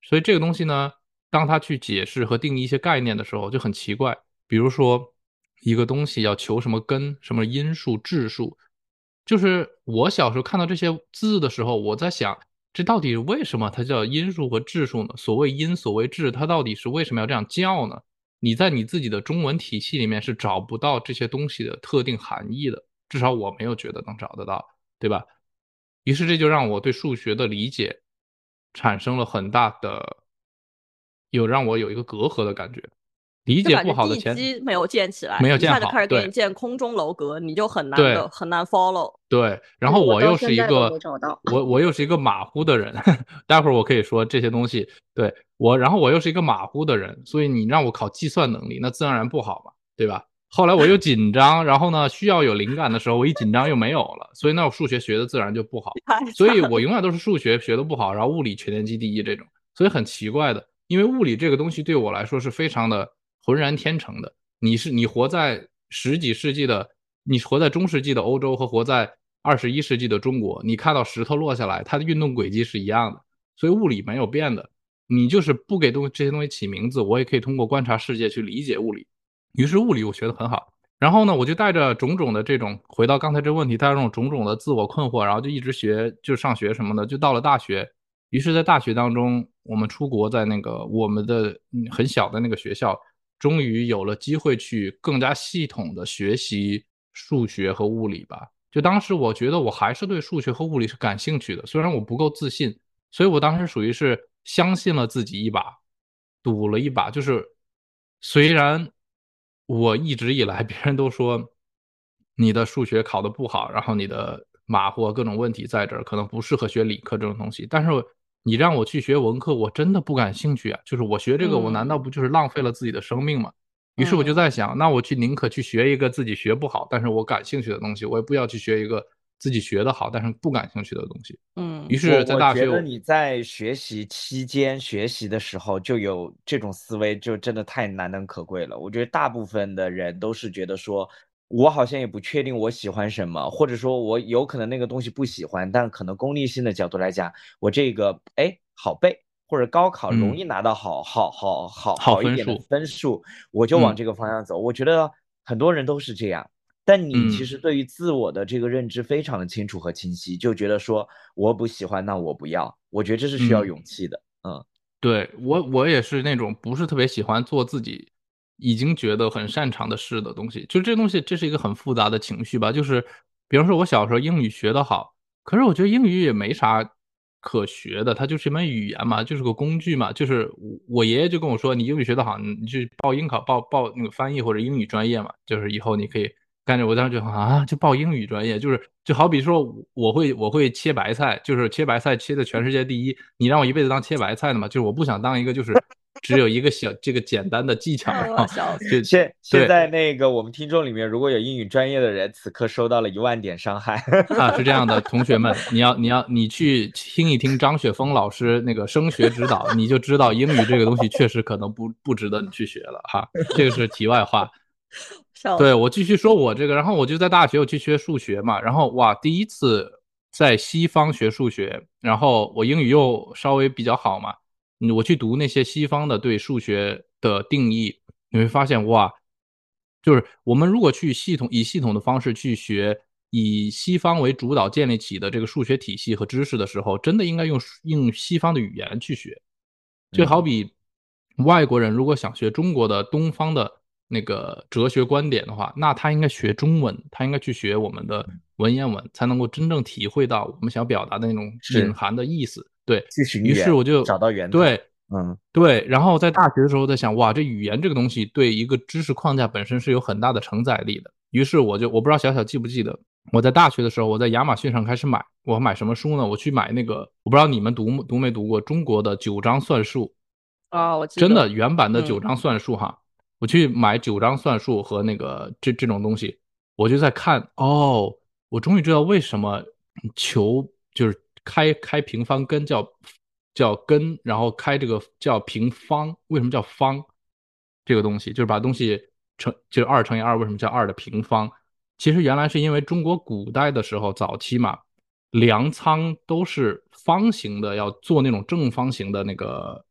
所以这个东西呢，当他去解释和定义一些概念的时候就很奇怪。比如说一个东西要求什么根、什么因数、质数，就是我小时候看到这些字的时候，我在想，这到底为什么它叫因数和质数呢？所谓因，所谓质，它到底是为什么要这样叫呢？你在你自己的中文体系里面是找不到这些东西的特定含义的，至少我没有觉得能找得到，对吧？于是这就让我对数学的理解产生了很大的，有让我有一个隔阂的感觉。理解就感觉地不好的前基没有建起来， 没有一下就建好对开始给你建空中楼阁，你就很难对的很难 follow。 对，然这个我到后我又是现在都一个没找到我我又是一个马虎的人，待会儿我可以说这些东西，对我，然后我又是一个马虎的人，所以你让我考计算能力，那自然而然不好嘛，对吧？后来我又紧张，然后呢，需要有灵感的时候，我一紧张又没有了，所以那我数学学的自然就不好， 太所以惨了我永远都是数学学的不好，然后物理全年级第一这种，所以很奇怪的，因为物理这个东西对我来说是非常的浑然天成的。你是你活在十几世纪的，你活在中世纪的欧洲和活在二十一世纪的中国，你看到石头落下来，它的运动轨迹是一样的，所以物理没有变的。你就是不给东西这些东西起名字，我也可以通过观察世界去理解物理。于是物理我学得很好，然后呢，我就带着种种的这种，回到刚才这个问题，带着这种种种的自我困惑，然后就一直学，就上学什么的，就到了大学。于是，在大学当中，我们出国，在那个我们的嗯很小的那个学校，终于有了机会去更加系统的学习数学和物理吧。就当时我觉得我还是对数学和物理是感兴趣的，虽然我不够自信，所以我当时属于是相信了自己一把，赌了一把。就是虽然我一直以来别人都说你的数学考得不好，然后你的马虎各种问题在这儿，可能不适合学理科这种东西，但是你让我去学文科，我真的不感兴趣啊！就是我学这个，我难道不就是浪费了自己的生命吗？于是我就在想，那我去宁可去学一个自己学不好，但是我感兴趣的东西，我也不要去学一个自己学得好，但是不感兴趣的东西。 嗯， 于是，在我大学我我觉得你在学习期间学习的时候就有这种思维，就真的太难能可贵了。我觉得大部分的人都是觉得说，我好像也不确定我喜欢什么，或者说我有可能那个东西不喜欢，但可能功利性的角度来讲，我这个哎好背，或者高考容易拿到好好好好好分好一点的数分数，我就往嗯这个方向走。我觉得很多人都是这样。但你其嗯实对于自我的这个认知非常的清楚和清晰，就觉得说我不喜欢，那我不要。我觉得这是需要嗯。 勇气的。嗯， 对，我我也是那种不是特别喜欢做自己已经觉得很擅长的事的东西，就这东西，这是一个很复杂的情绪吧。就是比方说，我小时候英语学得好，可是我觉得英语也没啥可学的，它就是一门语言嘛，就是个工具嘛。就是我我爷爷就跟我说，你英语学得好，你你去报英考，报报那个翻译或者英语专业嘛，就是以后你可以干着。我当时就啊，就报英语专业，就是就好比说我会我会切白菜，就是切白菜切的全世界第一，你让我一辈子当切白菜的嘛，就是我不想当一个就是只有一个小这个简单的技巧，然后笑死就现现对在那个我们听众里面如果有英语专业的人，此刻受到了一万点伤害。 啊，是这样的，同学们，你要你要你去听一听张雪峰老师那个升学指导，你就知道英语这个东西确实可能不不值得你去学了哈。这个是题外话。对， 笑死我继续说我这个，然后我就在大学我去学数学嘛，然后哇，第一次在西方学数学，然后我英语又稍微比较好嘛，嗯我去读那些西方的对数学的定义，你会发现哇，就是我们如果去系统以系统的方式去学以西方为主导建立起的这个数学体系和知识的时候，真的应该用用西方的语言去学。就好比外国人如果想学中国的东方的那个哲学观点的话，那他应该学中文，他应该去学我们的文言文，才能够真正体会到我们想表达的那种是隐含的意思。对， 去寻于是源我就找到源头。 对。 嗯， 对，然后在大学的时候在想，哇，这语言这个东西对一个知识框架本身是有很大的承载力的。于是我就我不知道小小记不记得，我在大学的时候，我在亚马逊上开始买，我买什么书呢？我去买那个，我不知道你们读读没读过中国的九章算术， 啊，我记真得的原版的九嗯章算术哈，我去买九章算术和那个这这种东西，我就在看，哦，我终于知道为什么求就是开开平方根叫叫根，然后开这个叫平方，为什么叫方？这个东西就是把东西乘，就是二乘以二，为什么叫二的平方？其实原来是因为中国古代的时候早期嘛，粮仓都是方形的，要做那种正方形的那个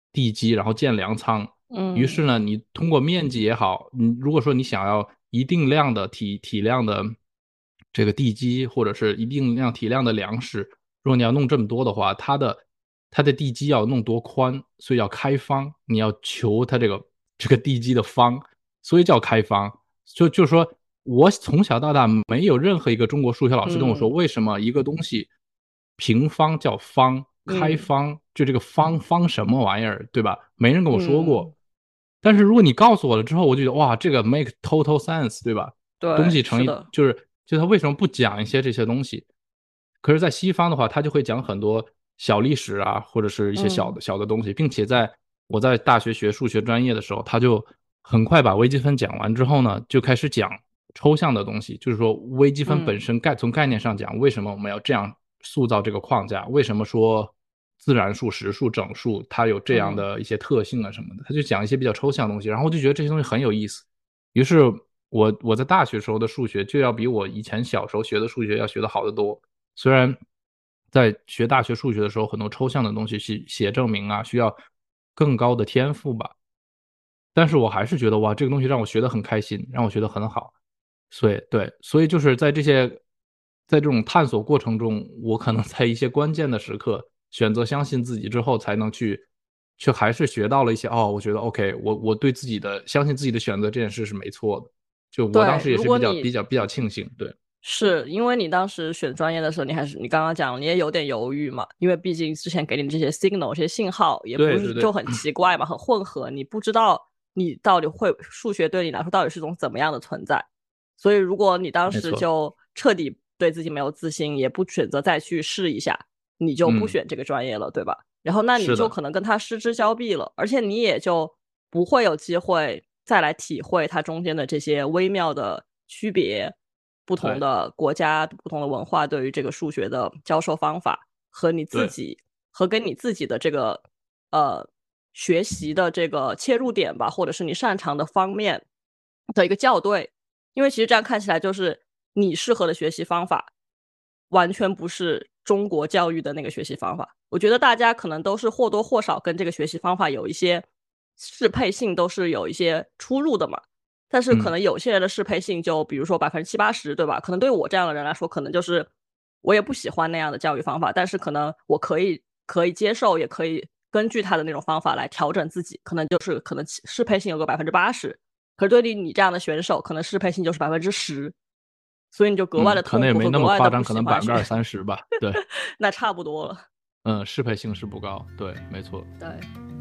地基，然后建粮仓。 嗯， 于是呢，你通过面积也好，你如果说你想要一定量的体体量的这个地基，或者是一定量体量的粮食，如果你要弄这么多的话，它的它的地基要弄多宽，所以要开方，你要求它这个这个地基的方，所以叫开方。就就是说我从小到大没有任何一个中国数学老师跟我说， 嗯为什么一个东西平方叫方，开嗯方就这个方方什么玩意儿，对吧？没人跟我说过。 嗯， 但是如果你告诉我了之后，我就觉得哇，这个 make total sense，对吧？东对， 西乘以是的， 就是就他为什么不讲一些这些东西？可是，在西方的话，他就会讲很多小历史啊，或者是一些小嗯的小的东西，并且在我在大学学数学专业的时候，他就很快把微积分讲完之后呢，就开始讲抽象的东西，就是说微积分本嗯身概从概念上讲，为什么我们要这样塑造这个框架？为什么说自然数、实数、整数它有这样嗯的一些特性啊什么的？他就讲一些比较抽象的东西，然后我就觉得这些东西很有意思。于是我我在大学时候的数学就要比我以前小时候学的数学要学的好得多。虽然在学大学数学的时候，很多抽象的东西是写证明啊，需要更高的天赋吧，但是我还是觉得哇，这个东西让我学得很开心，让我学得很好。所以对，所以就是在这些在这种探索过程中，我可能在一些关键的时刻选择相信自己之后，才能去却还是学到了一些哦，我觉得 OK，我我对自己的相信自己的选择这件事是没错的。就我当对， 时也是比较如果你比较比较庆幸，对。 是因为你当时选专业的时候，你还是你刚刚讲你也有点犹豫嘛，因为毕竟之前给你的这些 signal 这些信号也不对对对是就很奇怪嘛，很混合，你不知道你到底会数学对你来说到底是种怎么样的存在。所以如果你当没错时就彻底对自己没有自信，也不选择再去试一下，你就不嗯选这个专业了，对吧？然后那你是的就可能跟他失之交臂了，而且你也就不会有机会再来体会它中间的这些微妙的区别。不同对的国家、不同的文化对于这个数学的教授方法和你自对己和跟你自己的这个呃学习的这个切入点吧，或者是你擅长的方面的一个校对。因为其实这样看起来，就是你适合的学习方法，完全不是中国教育的那个学习方法。我觉得大家可能都是或多或少跟这个学习方法有一些适配性，都是有一些出入的嘛。但是可嗯能有些人的适配性就比如说百分之七八十，对吧？可能对我这样的人来说，可能就是我也不喜欢那样的教育方法，但是可能我可以可以接受，也可以根据他的那种方法来调整自己，可能就是可能适配性有个百分之八十，可是对于你这样的选手，可能适配性就是百分之十，所以你就格外的嗯，可能痛苦也没那和格外的不么夸张，可喜欢学， 能百分之二三十吧。对， 那差不多了。 嗯，适配性是不高，对，没错。 对。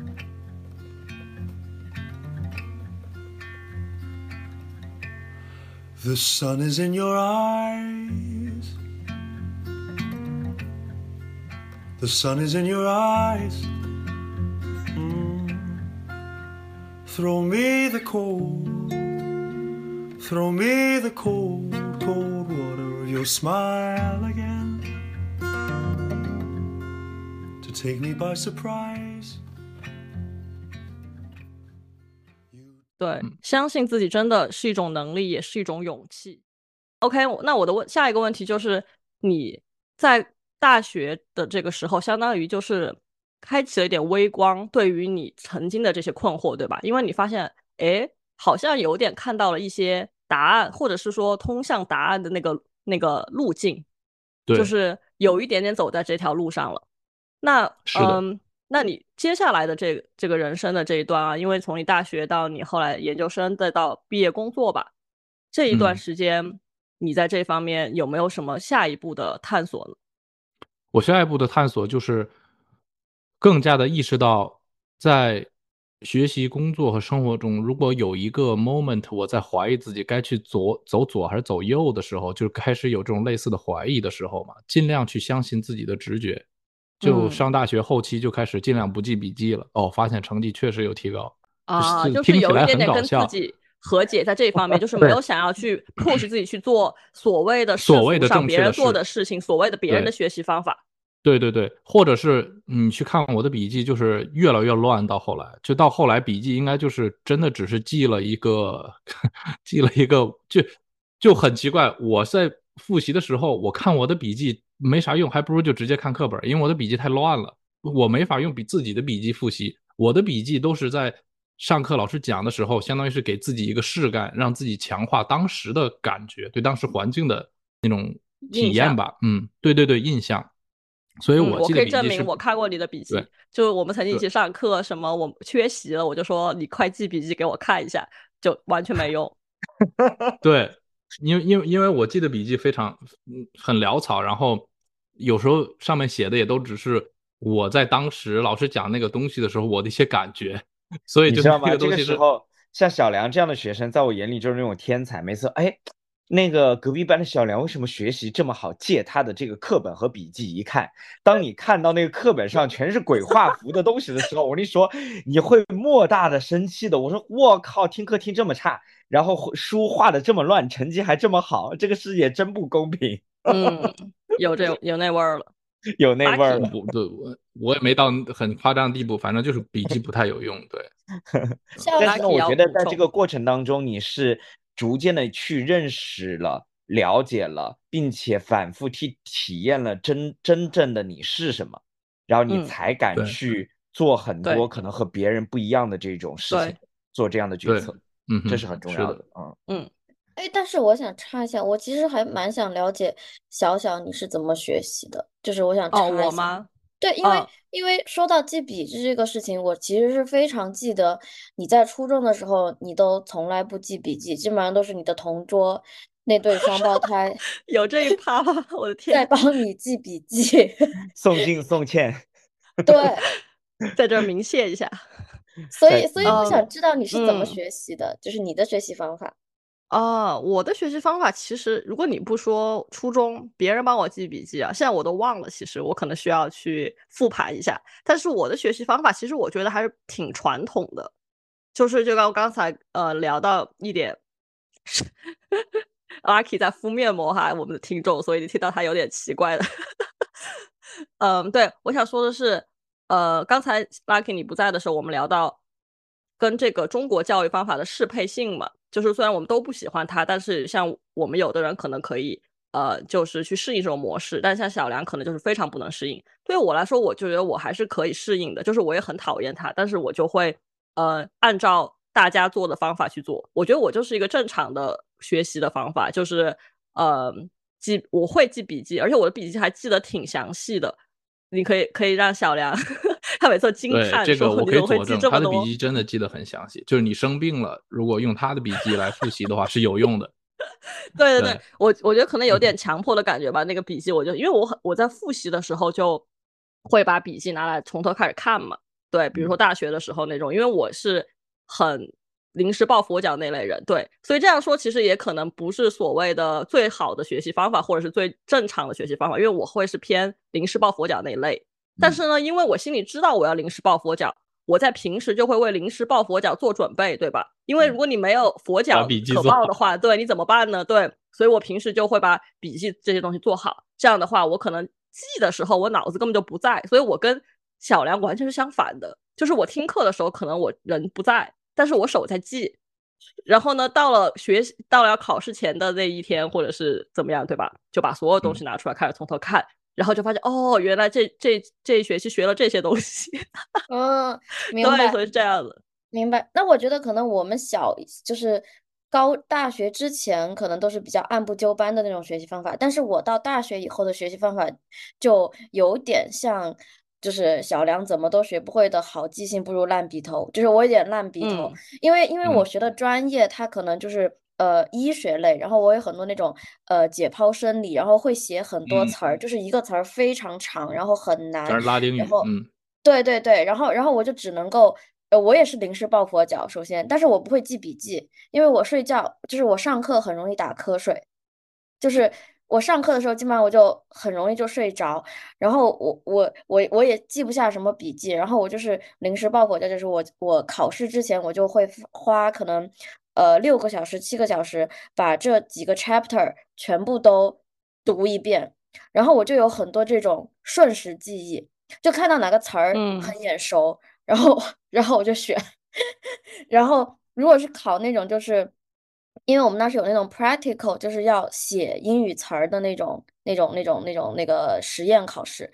The sun is in your eyes. The sun is in your eyes. Mm. Throw me the cold. Throw me the cold, cold water of your smile again. To take me by surprise. 对，相信自己真的是一种能力，也是一种勇气。OK，那我的问下一个问题就是，你在大学的这个时候，相当于就是开启了一点微光，对于你曾经的这些困惑，对吧？因为你发现，诶，好像有点看到了一些答案，或者是说通向答案的那个那个路径， 对， 就是有一点点走在这条路上了。那是的嗯。那你接下来的这个这个人生的这一段啊，因为从你大学到你后来研究生再到毕业工作吧，这一段嗯时间，你在这方面有没有什么下一步的探索呢？ 我下一步的探索就是更加的意识到，在学习、工作和生活中，如果有一个 moment 我在怀疑自己该去左走左还是走右的时候，就开始有这种类似的怀疑的时候嘛，尽量去相信自己的直觉。就嗯上大学后期就开始尽量不记笔记了，哦，发现成绩确实有提高， 啊， 就就是听起来有一点点很搞笑。 跟自己和解，在这方面，就是没有想要去 push 自己去做所谓的世所谓的俗上别人正确的事做的事情，所谓的别人的对学习方法。 对对对，或者是你去看我的笔记，就是越来越乱，到后来，就到后来笔记应该就是真的只是记了一个，记了一个，就就很奇怪。我在复习的时候，我看我的笔记没啥用，还不如就直接看课本，因为我的笔记太乱了，我没法用比自己的笔记复习， 我的笔记都是在上课老师讲的时候，相当于是给自己一个视感，让自己强化当时的感觉，对当时环境的那种体验吧。嗯，对对对，印象。所以我嗯，我可以证记的笔记是， 明我看过你的笔记， 对就我们曾经一对起上课，什么我缺席了，我就说你快记笔记给我看一下，就完全没用。 对，因为因为因为我记的笔记非常嗯很潦草，然后有时候上面写的也都只是我在当时老师讲那个东西的时候我的一些感觉，所以就那你知道吗？这个个东西是时候，像小梁这样的学生，在我眼里就是那种天才。每次，哎，那个隔壁班的小梁为什么学习这么好？借他的这个课本和笔记一看，当你看到那个课本上全是鬼画符的东西的时候，我跟你说，你会莫大的生气的。我说，我靠，听课听这么差，然后书画的这么乱，成绩还这么好，这个世界真不公平。 嗯，有这有那味儿了。 有那味儿了。 不对，我我也没到很夸张的地步，反正就是笔记不太有用。对， 但是呢，我觉得在这个充过程当中，你是逐渐的去认识了、了解了，并且反复体体验了真真正的你是什么，然后你嗯才敢对去做很对多可能和别人不一样的这种事情对， 做这样的决对策， 嗯哼， 这是很重是的要的。嗯， 嗯， 哎，但是我想插一下，我其实还蛮想了解小小你是怎么学习的，就是我想哦， 插一下。 我吗？ 对，因为嗯， 因为说到记笔记这个事情，我其实是非常记得你在初中的时候，你都从来不记笔记，基本上都是你的同桌那对双胞胎有这一趴吗？我的在天， 帮你记笔记。 送敬送歉， 对， 在这儿明谢一下。 所在以所以我嗯想知道你是怎么嗯。 学习的，就是你的学习方法。 哦，我的学习方法其实如果你不说初中别人帮我记笔记啊，现在我都忘了，其实我可能需要去复盘一下。但是我的学习方法其实我觉得还是挺传统的，就是就刚刚才呃聊到一点，Lucky 在敷面膜哈，我们的听众，所以你听到他有点奇怪的。嗯，对，我想说的是，呃，刚才 Lucky 你不在的时候，我们聊到跟这个中国教育方法的适配性嘛，就是虽然我们都不喜欢它，但是像我们有的人可能可以，呃，就是去适应这种模式，但像小梁可能就是非常不能适应。对于我来说，我就觉得我还是可以适应的，就是我也很讨厌它，但是我就会呃按照大家做的方法去做。我觉得我就是一个正常的学习的方法，就是呃记我会记笔记，而且我的笔记还记得挺详细的。你可以可以让小梁他每次都惊对， 叹这个我可以说你怎么会佐证，他的笔记这么多？ 记真的记得很详细，就是你生病了，如果用他的笔记来复习的话是有用的。 对对对， 对， 我我觉得可能有嗯点强迫的感觉吧。那个笔记，我就因为我很我在复习的时候就会把笔记拿来从头开始看嘛。对，比如说嗯大学的时候那种，因为我是很临时抱佛脚那类人，对，所以这样说其实也可能不是所谓的最好的学习方法，或者是最正常的学习方法，因为我会是偏临时抱佛脚那一类。但嗯是呢，因为我心里知道我要临时抱佛脚，我在平时就会为临时抱佛脚做准备，对吧？因为如果你没有佛把脚可笔记做好抱的话，对，你怎么办呢？对，所以我平时就会把笔记这些东西做好。这样的话，我可能记的时候，我脑子根本就不在，所以我跟小梁完全是相反的。就是我听课的时候，可能我人不在，但是我手在记。然后呢，到了学习，到了要考试前的那一天，或者是怎么样，对吧？就把所有东西拿出来，开始从头看。然后就发现哦，原来这这这一学期学了这些东西。 嗯，明对， 白所以是这样的。 明白。那我觉得可能我们小就是高大学之前可能都是比较按部就班的那种学习方法，但是我到大学以后的学习方法就有点像，就是小梁怎么都学不会的好记性不如烂笔头，就是我有点烂笔头， 嗯因为因为我嗯学的专业它可能就是呃医学类，然后我有很多那种呃解剖生理，然后会写很多嗯， 词儿，就是一个词儿非常长，然后很难， 全是拉丁语， 然后嗯对对对，然后然后我就只能够。呃，我也是临时抱佛脚，首先，但是我不会记笔记，因为我睡觉，就是我上课很容易打瞌睡，就是我上课的时候，基本上我就很容易就睡着，然后我我我我也记不下什么笔记，然后我就是临时抱佛脚，就是我我考试之前我就会花可能呃六个小时、七个小时把这几个 chapter 全部都读一遍，然后我就有很多这种瞬时记忆，就看到哪个词儿嗯很眼熟。然后然后我就选，然后如果是考那种，就是因为我们那是有那种 practical，就是要写英语词儿的那种、那种、那种、那种那个实验考试，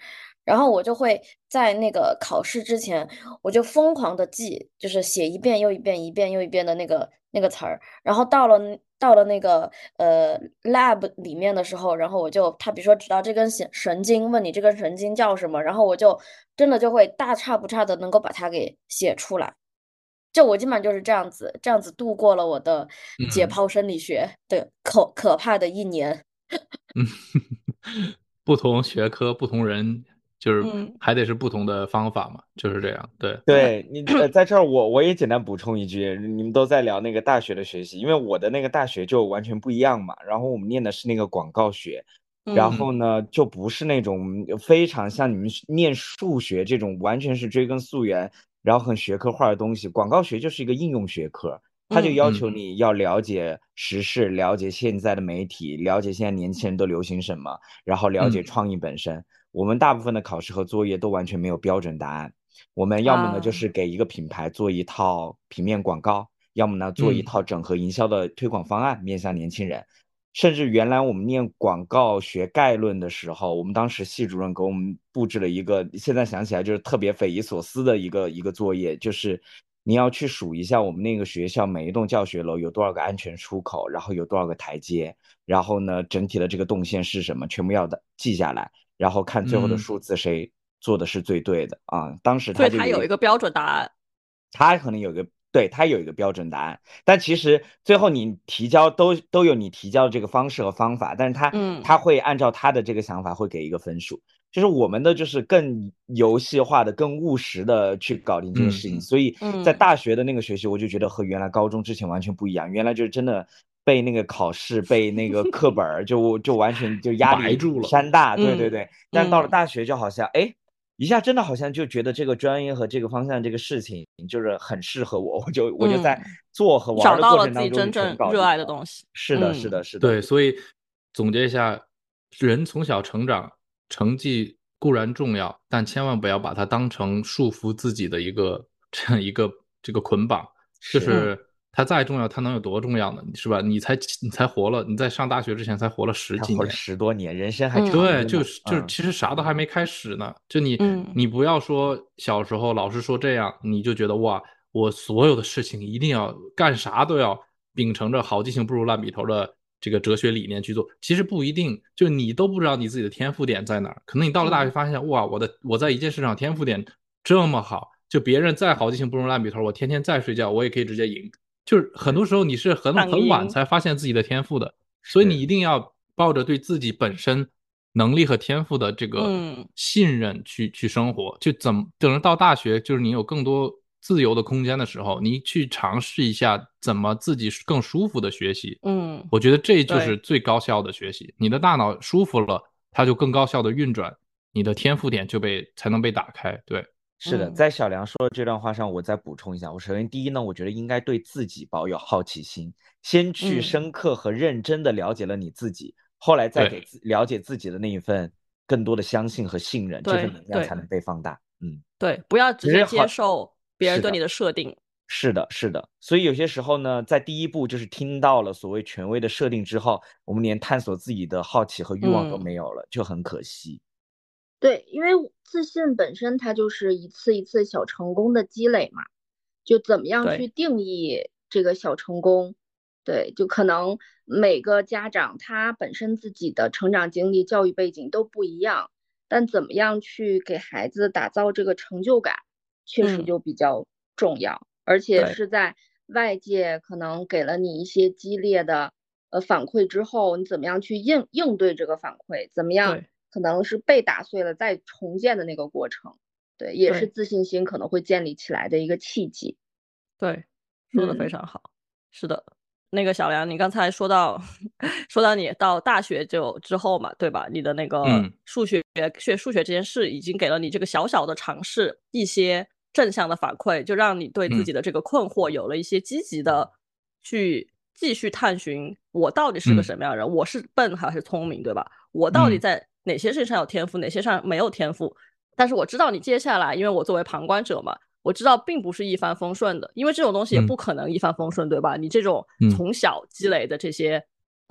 然后我就会在那个考试之前，我就疯狂的记，就是写一遍又一遍，一遍又一遍的那个那个词儿。然后到了到了那个呃 lab 里面的时候，然后我就他比如说指到这根神神经，问你这根神经叫什么，然后我就真的就会大差不差的能够把它给写出来。就我基本上就是这样子，这样子度过了我的解剖生理学的可可怕的一年。 嗯，不同学科不同人，就是嗯还得是不同的方法嘛，就是这样。对， 对你呃，在这儿我我也简单补充一句，你们都在聊那个大学的学习，因为我的那个大学就完全不一样嘛。然后我们念的是那个广告学，然嗯后呢就不是那种非常像你们念数学这种完全是追根溯源，然后很学科化的东西。广告学就是一个应用学科，它就嗯要求你要了解时事，了解现在的媒体，了解现在年轻人都流行什么，然后了解嗯创意本身。我们大部分的考试和作业都完全没有标准答案。我们要么呢啊就是给一个品牌做一套平面广告，要么呢做一嗯套整合营销的推广方案，面向年轻人。甚至原来我们念广告学概论的时候，我们当时系主任给我们布置了一个，现在想起来就是特别匪夷所思的一个一个作业，就是你要去数一下我们那个学校每一栋教学楼有多少个安全出口，然后有多少个台阶，然后呢整体的这个动线是什么，全部要的记下来，然后看最后的嗯数字谁做的是最对的啊。当时所以他就它有一个标准答案。 他可能有一个，对，他有一个标准答案，但其实最后你提交都都有你提交的这个方式和方法，但是他嗯他会按照他的这个想法会给一个分数，就是我们的就是更游戏化的、更务实的去搞定这件事情， 嗯所以嗯在大学的那个学习，我就觉得和原来高中之前完全不一样，原来就是真的背那个考试、背那个课本儿，就就完全就压力白住了山大，对对嗯对，但是到了嗯大学就好像哎。一下真的好像就觉得这个专业和这个方向这个事情就是很适合我，我就我就在嗯， 做和玩找的到了自己过程当中就真正热全搞定了。 爱的东西。 是的，是嗯的，是的， 对，所以总结一下，人从小成长，成绩固然重要，但千万不要把它当成束缚自己的一个这样一个这个捆绑。就是是它再重要，它能有多重要呢？是吧？你才你才活了，你在上大学之前才活了十他活了几年。 十多年，人生还嗯对， 长着呢。 就是就是， 嗯， 其实啥都还没开始呢。就你嗯你不要说小时候老师说这样，你就觉得哇，我所有的事情一定要干啥都要秉承着好记性不如烂笔头的这个哲学理念去做。其实不一定，就你都不知道你自己的天赋点在哪儿。可能你到了大学嗯发现，哇，我的我在一件事上天赋点这么好，就别人再好记性不如烂笔头，我天天再睡觉，我也可以直接赢。就是很多时候你是很上很晚瘾才发现自己的天赋的。所以你是一定要抱着对自己本身能力和天赋的这个嗯信任去去生活。就怎么等着到大学，就是你有更多自由的空间的时候，你去尝试一下怎么自己更舒服的学习。 嗯， 我觉得这就是对最高效的学习。你的大脑舒服了，它就更高效的运转，你的天赋点就被才能被打开。对， 是的， 嗯在小梁说的这段话上，我再补充一下。我首先第一呢，我觉得应该对自己保有好奇心，先去嗯深刻和认真的了解了你自己，后来再对给自了解自己的那一份更多的相信和信任，这对对份能量才能被放大。嗯。 对，不要直接其实好接受别人是的对你的设定。 是的，是的，所以有些时候呢，在第一步就是听到了所谓权威的设定之后，我们连探索自己的好奇和欲望都嗯没有了，就很可惜。 对，因为自信本身它就是一次一次小成功的积累嘛，就怎么样对去定义这个小成功？对，就可能每个家长他本身自己的成长经历、教育背景都不一样，但怎么样去给孩子打造这个成就感，确实嗯就比较重要，而且对是在外界可能给了你一些激烈的呃反馈之后，你怎么样去应应对这个反馈，怎么样？ 对可能是被打碎了再重建的那个过程，对，也是对自信心可能会建立起来的一个契机。 对，说的非嗯常好。是的，那个小梁，你刚才说到说到你到大学就之后嘛，对吧？你的那个嗯数学学数学这件事，已经给了你这个小小的尝试一些正向的反馈，就让你对自嗯己的这个困惑有了一些积极的去继续探寻，我到底是个嗯什么样的人？我是笨还是聪明，对吧？我到底嗯在哪些事情上有天赋，哪些上没有天赋？但是我知道你接下来，因为我作为旁观者嘛，我知道并不是一帆风顺的，因为这种东西也嗯不可能一帆风顺，对吧？你这种嗯从小积累的这些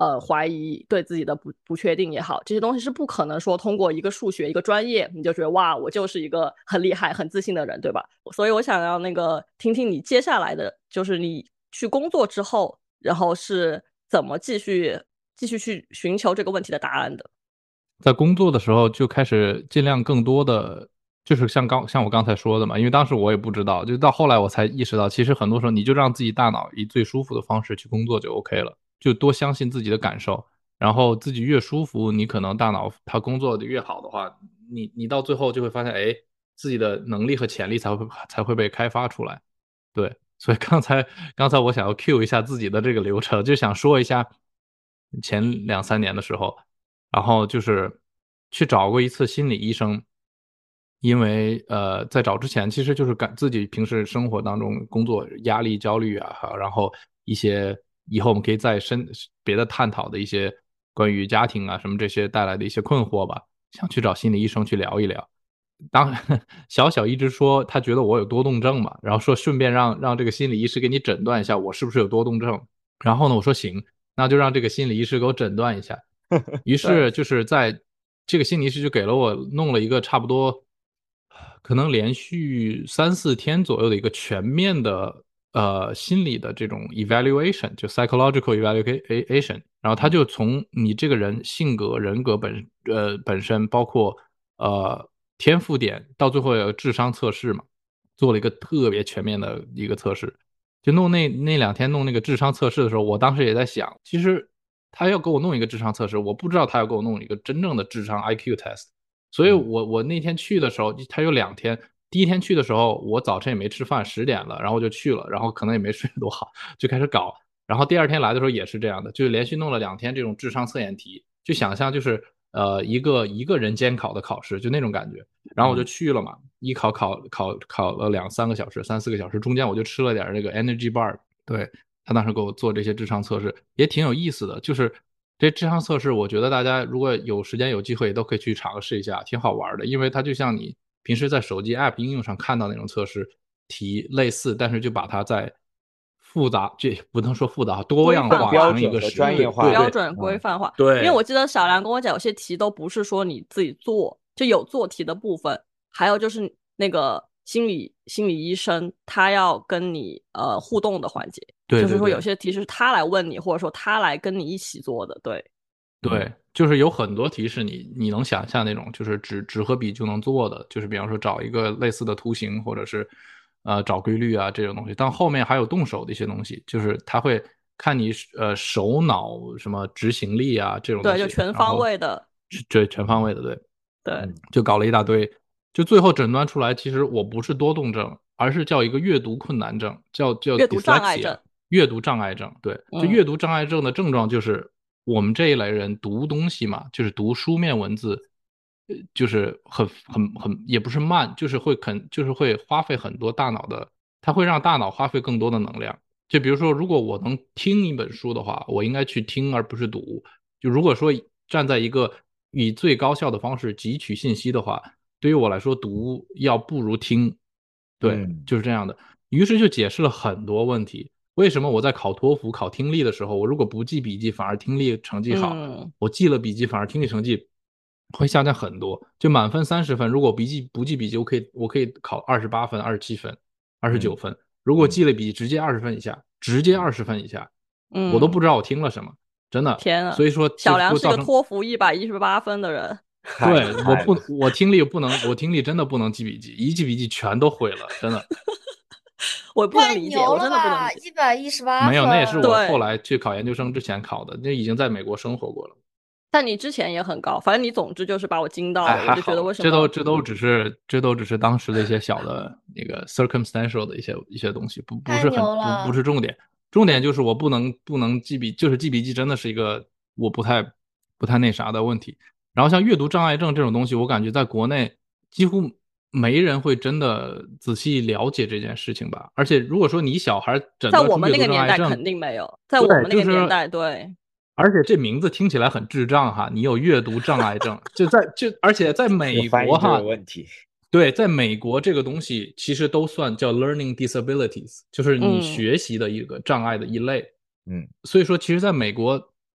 呃怀疑，对自己的不不确定也好，这些东西是不可能说通过一个数学一个专业你就觉得哇我就是一个很厉害很自信的人，对吧？所以我想要那个听听你接下来的，就是你去工作之后，然后是怎么继续继续去寻求这个问题的答案的。 在工作的时候就开始尽量更多的，就是像刚像我刚才说的嘛，因为当时我也不知道，就到后来我才意识到，其实很多时候你就让自己大脑以最舒服的方式去工作就 OK 了，就多相信自己的感受，然后自己越舒服，你可能大脑它工作的越好的话，你你到最后就会发现，哎，自己的能力和潜力才会才会被开发出来。对，所以刚才刚才我想要 cue 一下自己的这个流程，就想说一下前两三年的时候。然后就是去找过一次心理医生，因为呃，在找之前其实就是感自己平时生活当中工作压力、焦虑啊，然后一些以后我们可以再深别的探讨的一些关于家庭啊什么这些带来的一些困惑吧，想去找心理医生去聊一聊。当然，小小一直说他觉得我有多动症嘛，然后说顺便让让这个心理医师给你诊断一下我是不是有多动症。然后呢，我说行，那就让这个心理医师给我诊断一下。于是就是在这个心理医师就给了我弄了一个差不多可能连续三四天左右的一个全面的呃心理的这种 evaluation， 就 psychological evaluation， 然后他就从你这个人性格人格本呃本身包括呃天赋点到最后有智商测试嘛，做了一个特别全面的一个测试。就弄那那两天弄那个智商测试的时候，我当时也在想，其实他要给我弄一个智商测试，我不知道他要给我弄一个真正的智商 I Q test， 所以我我那天去的时候，他有两天，第一天去的时候，我早晨也没吃饭，十点了，然后我就去了，然后可能也没睡得多好，就开始搞，然后第二天来的时候也是这样的，就是连续弄了两天这种智商测验题，就想象就是呃一个一个人监考的考试，就那种感觉，然后我就去了嘛，一考考考考了两三个小时，三四个小时，中间我就吃了点那个 energy bar， 对。他当时给我做这些智商测试也挺有意思的，就是这智商测试我觉得大家如果有时间有机会都可以去尝试一下，挺好玩的，因为它就像你平时在手机 app 应用上看到那种测试题类似，但是就把它在复杂，这不能说复杂，多样化成一个专业化标准规范化。 对， 因为我记得小梁跟我讲，有些题都不是说你自己做，就有做题的部分，还有就是那个心理心理医生他要跟你呃互动的环节， 对对对， 就是说有些题是他来问你，或者说他来跟你一起做的，对对，就是有很多题是你你能想象那种，就是纸纸和笔就能做的，就是比方说找一个类似的图形，或者是呃找规律啊这种东西。但后面还有动手的一些东西，就是他会看你呃手脑什么执行力啊这种东西， 对，就全方位的， 对，全方位的，对对， 就搞了一大堆，就最后诊断出来，其实我不是多动症，而是叫一个阅读困难症，叫叫阅读障碍症， 阅读障碍症，对，就阅读障碍症的症状就是我们这一类人读东西嘛，就是读书面文字，就是很很很也不是慢，就是会肯就是会花费很多大脑的，它会让大脑花费更多的能量。就比如说，如果我能听一本书的话，我应该去听而不是读。就如果说站在一个以最高效的方式汲取信息的话，对于我来说，读要不如听。对， 嗯、 就是这样的。于是就解释了很多问题。为什么我在考托福、考听力的时候，我如果不记笔记，反而听力成绩好； 嗯、 我记了笔记，反而听力成绩会下降很多。就满分三十分，如果笔记不记笔记，我可以我可以考二十八分、二十七分、二十九分。嗯、如果记了笔记，直接二十分以下，直接二十分以下， 嗯， 我都不知道我听了什么，真的。 天啊！ 所以说， 小梁是个托福一百一十八分的人。 对，我不，我听力不能，我听力真的不能记笔记，一记笔记全都毁了，真的。 我不能理解，我真的不能理解。 一百一十八分， 没有，那也是我后来去考研究生之前考的，那已经在美国生活过了。 但你之前也很高，反正你总之就是把我惊到了， 哎、 我就觉得为什么？ 这都这都只是这都只是当时的一些小的那个 circumstantial 的一些一些东西，不不是很不不是重点，重点就是我不能不能记笔，就是记笔记真的是一个我不太不太那啥的问题。然后像阅读障碍症这种东西，我感觉在国内几乎没人会真的仔细了解这件事情吧。而且如果说你小孩诊断出阅读障碍症， 肯定没有，在我们那个年代，对。 对，而且这名字听起来很智障哈，你有阅读障碍症，就在就而且在美国哈， 问题对，在美国这个东西其实都算叫 learning disabilities， 就是你学习的一个障碍的一类。 嗯， 所以说其实在美国，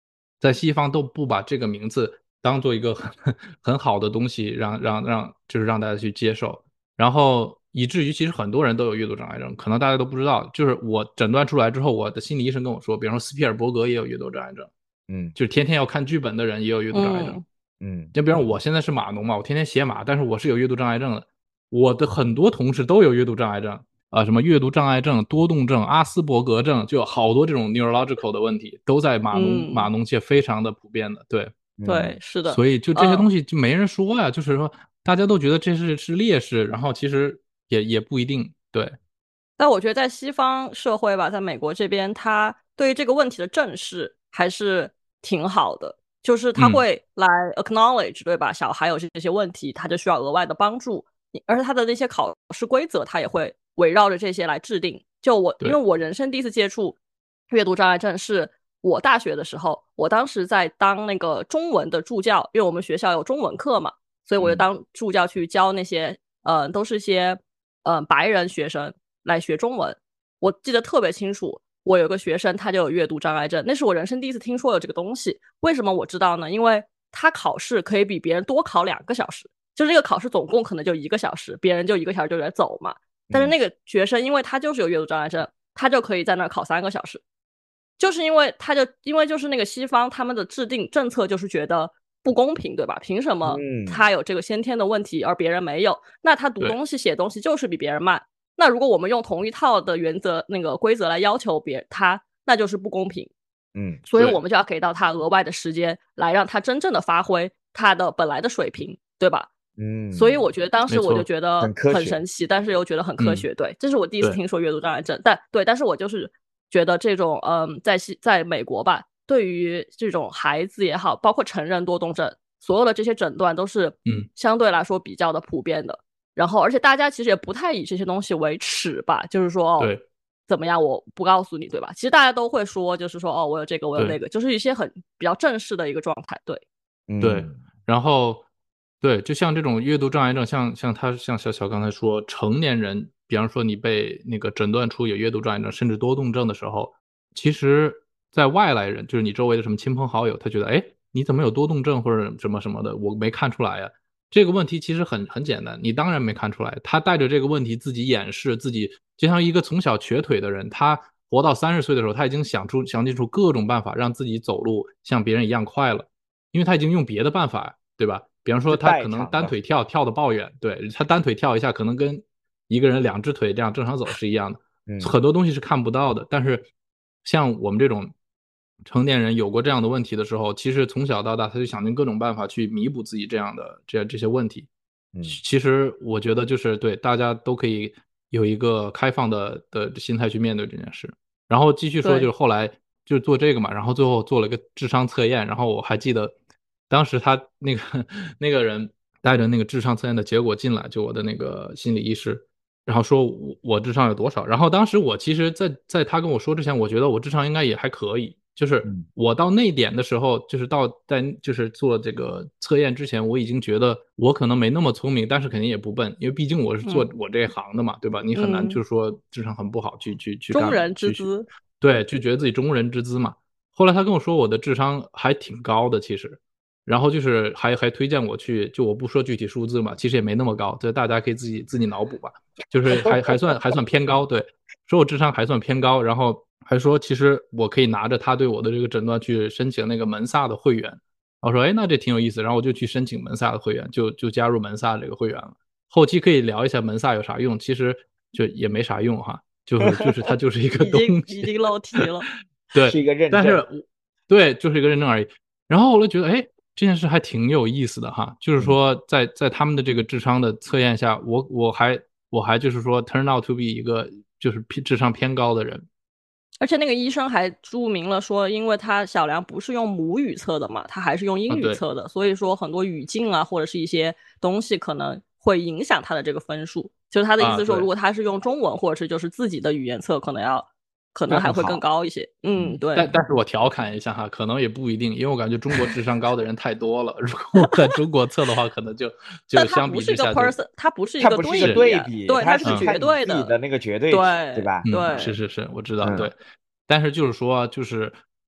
在西方都不把这个名字当做一个很很好的东西，让让让就是让大家去接受，然后以至于其实很多人都有阅读障碍症，可能大家都不知道。就是我诊断出来之后，我的心理医生跟我说，比方说斯皮尔伯格也有阅读障碍症， 嗯， 就是天天要看剧本的人也有阅读障碍症， 嗯， 就比方我现在是码农嘛，我天天写码，但是我是有阅读障碍症的，我的很多同事都有阅读障碍症。啊，什么阅读障碍症、多动症、阿斯伯格症，就有好多这种 neurological 的问题，都在码农、 嗯、 码农界非常的普遍的，对对，是的。 所以就这些东西就没人说呀，嗯、就是说大家都觉得这是是劣势，然后其实也也不一定对。 但我觉得在西方社会吧，在美国这边，他对于这个问题的正视还是挺好的，就是他会来 acknowledge、嗯、对吧？小孩有这些问题，他就需要额外的帮助，而且他的那些考试规则，他也会围绕着这些来制定。就我，因为我人生第一次接触阅读障碍症是我大学的时候，我当时在当那个中文的助教，因为我们学校有中文课嘛，所以我就当助教去教那些，嗯、呃，都是些呃白人学生来学中文。我记得特别清楚，我有个学生他就有阅读障碍症，那是我人生第一次听说有这个东西。为什么我知道呢？因为他考试可以比别人多考两个小时，就这个考试总共可能就一个小时，别人就一个小时就得走嘛。但是那个学生因为他就是有阅读障碍症，他就可以在那儿考三个小时，就是因为他就因为就是那个西方他们的制定政策就是觉得不公平，对吧？凭什么他有这个先天的问题而别人没有？那他读东西写东西就是比别人慢，那如果我们用同一套的原则那个规则来要求别人他，那就是不公平。 嗯， 所以我们就要给到他额外的时间来让他真正的发挥他的本来的水平，对吧？ 嗯， 所以我觉得当时我就觉得很神奇，但是又觉得很科学。 嗯、 对，这是我第一次听说阅读障碍症，但对，但是我就是觉得这种嗯，在西在美国吧，对于这种孩子也好，包括成人多动症，所有的这些诊断都是嗯相对来说比较的普遍的。嗯、然后，而且大家其实也不太以这些东西为耻吧，就是说哦， 对， 怎么样，我不告诉你，对吧？其实大家都会说，就是说哦，我有这个，我有那个，就是一些很比较正式的一个状态。对， 对，然后。对，就像这种阅读障碍症，像像他像小小刚才说，成年人，比方说你被那个诊断出有阅读障碍症，甚至多动症的时候，其实，在外来人，就是你周围的什么亲朋好友，他觉得，哎，你怎么有多动症或者什么什么的，我没看出来呀。这个问题其实很很简单，你当然没看出来，他带着这个问题自己掩饰自己，就像一个从小瘸腿的人，他活到三十岁的时候，他已经想出想尽出各种办法让自己走路像别人一样快了，因为他已经用别的办法，对吧？比方说他可能单腿跳跳得抱远，对，他单腿跳一下可能跟一个人两只腿这样正常走是一样的，嗯、很多东西是看不到的。但是像我们这种成年人有过这样的问题的时候，其实从小到大他就想尽各种办法去弥补自己这样的这这些问题。嗯，其实我觉得就是对大家都可以有一个开放的的心态去面对这件事。然后继续说，就是后来就做这个嘛，然后最后做了个智商测验，然后我还记得。当时他那个那个人带着那个智商测验的结果进来，就我的那个心理医师，然后说我我智商有多少。然后当时我其实在在他跟我说之前，我觉得我智商应该也还可以。就是我到那点的时候，就是到在就是做这个测验之前，我已经觉得我可能没那么聪明，但是肯定也不笨，因为毕竟我是做我这一行的嘛，对吧？你很难就是说智商很不好去去去中人之资， 对，就觉得自己中人之资嘛。后来他跟我说我的智商还挺高的，其实。然后就是还还推荐我去，就我不说具体数字嘛，其实也没那么高，这大家可以自己自己脑补吧，就是还还算还算偏高，对，说我智商还算偏高，然后还说其实我可以拿着他对我的这个诊断去申请那个门萨的会员，我说哎那这挺有意思，然后我就去申请门萨的会员，就就加入门萨这个会员了。后期可以聊一下门萨有啥用，其实就也没啥用哈，就是就是它就是一个东西， 已经已经漏题了， 对， 是一个认证， 但是对，就是一个认证而已。然后我就觉得哎。这件事还挺有意思的哈，就是说在在他们的这个智商的测验下，我我还我还就是说 turn out to be 一个就是智商偏高的人， 而且那个医生还注明了说，因为他小梁不是用母语测的嘛，他还是用英语测的，啊、所以说很多语境啊或者是一些东西可能会影响他的这个分数。就是他的意思说，啊、如果他是用中文或者是就是自己的语言测，可能要。可能还会更高一些，嗯，对。 但但是我调侃一下哈，可能也不一定，因为我感觉中国智商高的人太多了。如果我在中国测的话，可能就就相比之下就， 它不是一个对比， 对，它是绝对的， 的那个绝对， 对对吧？ 对， 是是是，我知道，对。但是就是说，就是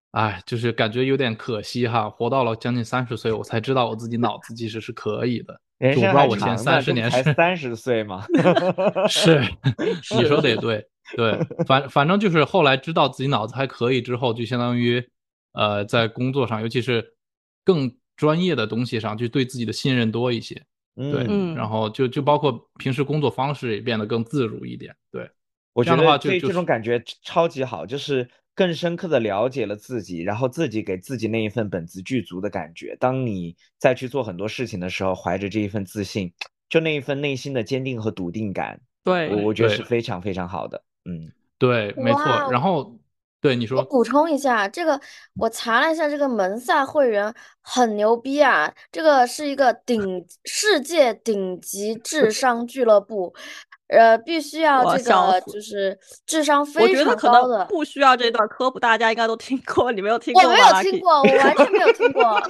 哎，就是感觉有点可惜哈，活到了将近三十岁，我才知道我自己脑子其实是可以的。 人生还就我不知道我前长呢， 三十这不年是才三十岁吗？ 是，你说的也是对，对，反反正就是后来知道自己脑子还可以之后，就相当于呃，在工作上，尤其是更专业的东西上，就对自己的信任多一些。对， 嗯， 然嗯， 后就就包括平时工作方式也变得更自如一点。对， 我觉这样的得这这种话就就是感觉超级好，就是更深刻的了解了自己，然后自己给自己那一份本自具足的感觉。当你再去做很多事情的时候，怀着这一份自信，就那一份内心的坚定和笃定感，我对， 我觉得是对非常非常好的。嗯， 对，没错。 哇， 然后对你说， 我补充一下，这个我查了一下，这个门萨会员很牛逼啊！这个是一个顶世界顶级智商俱乐部，呃，必须要我这个笑死。 就是智商我非常觉得可能高的。 不需要这段科普，大家应该都听过，你没有听我没过吗，Lucky？ 有听过，我完全没有听过。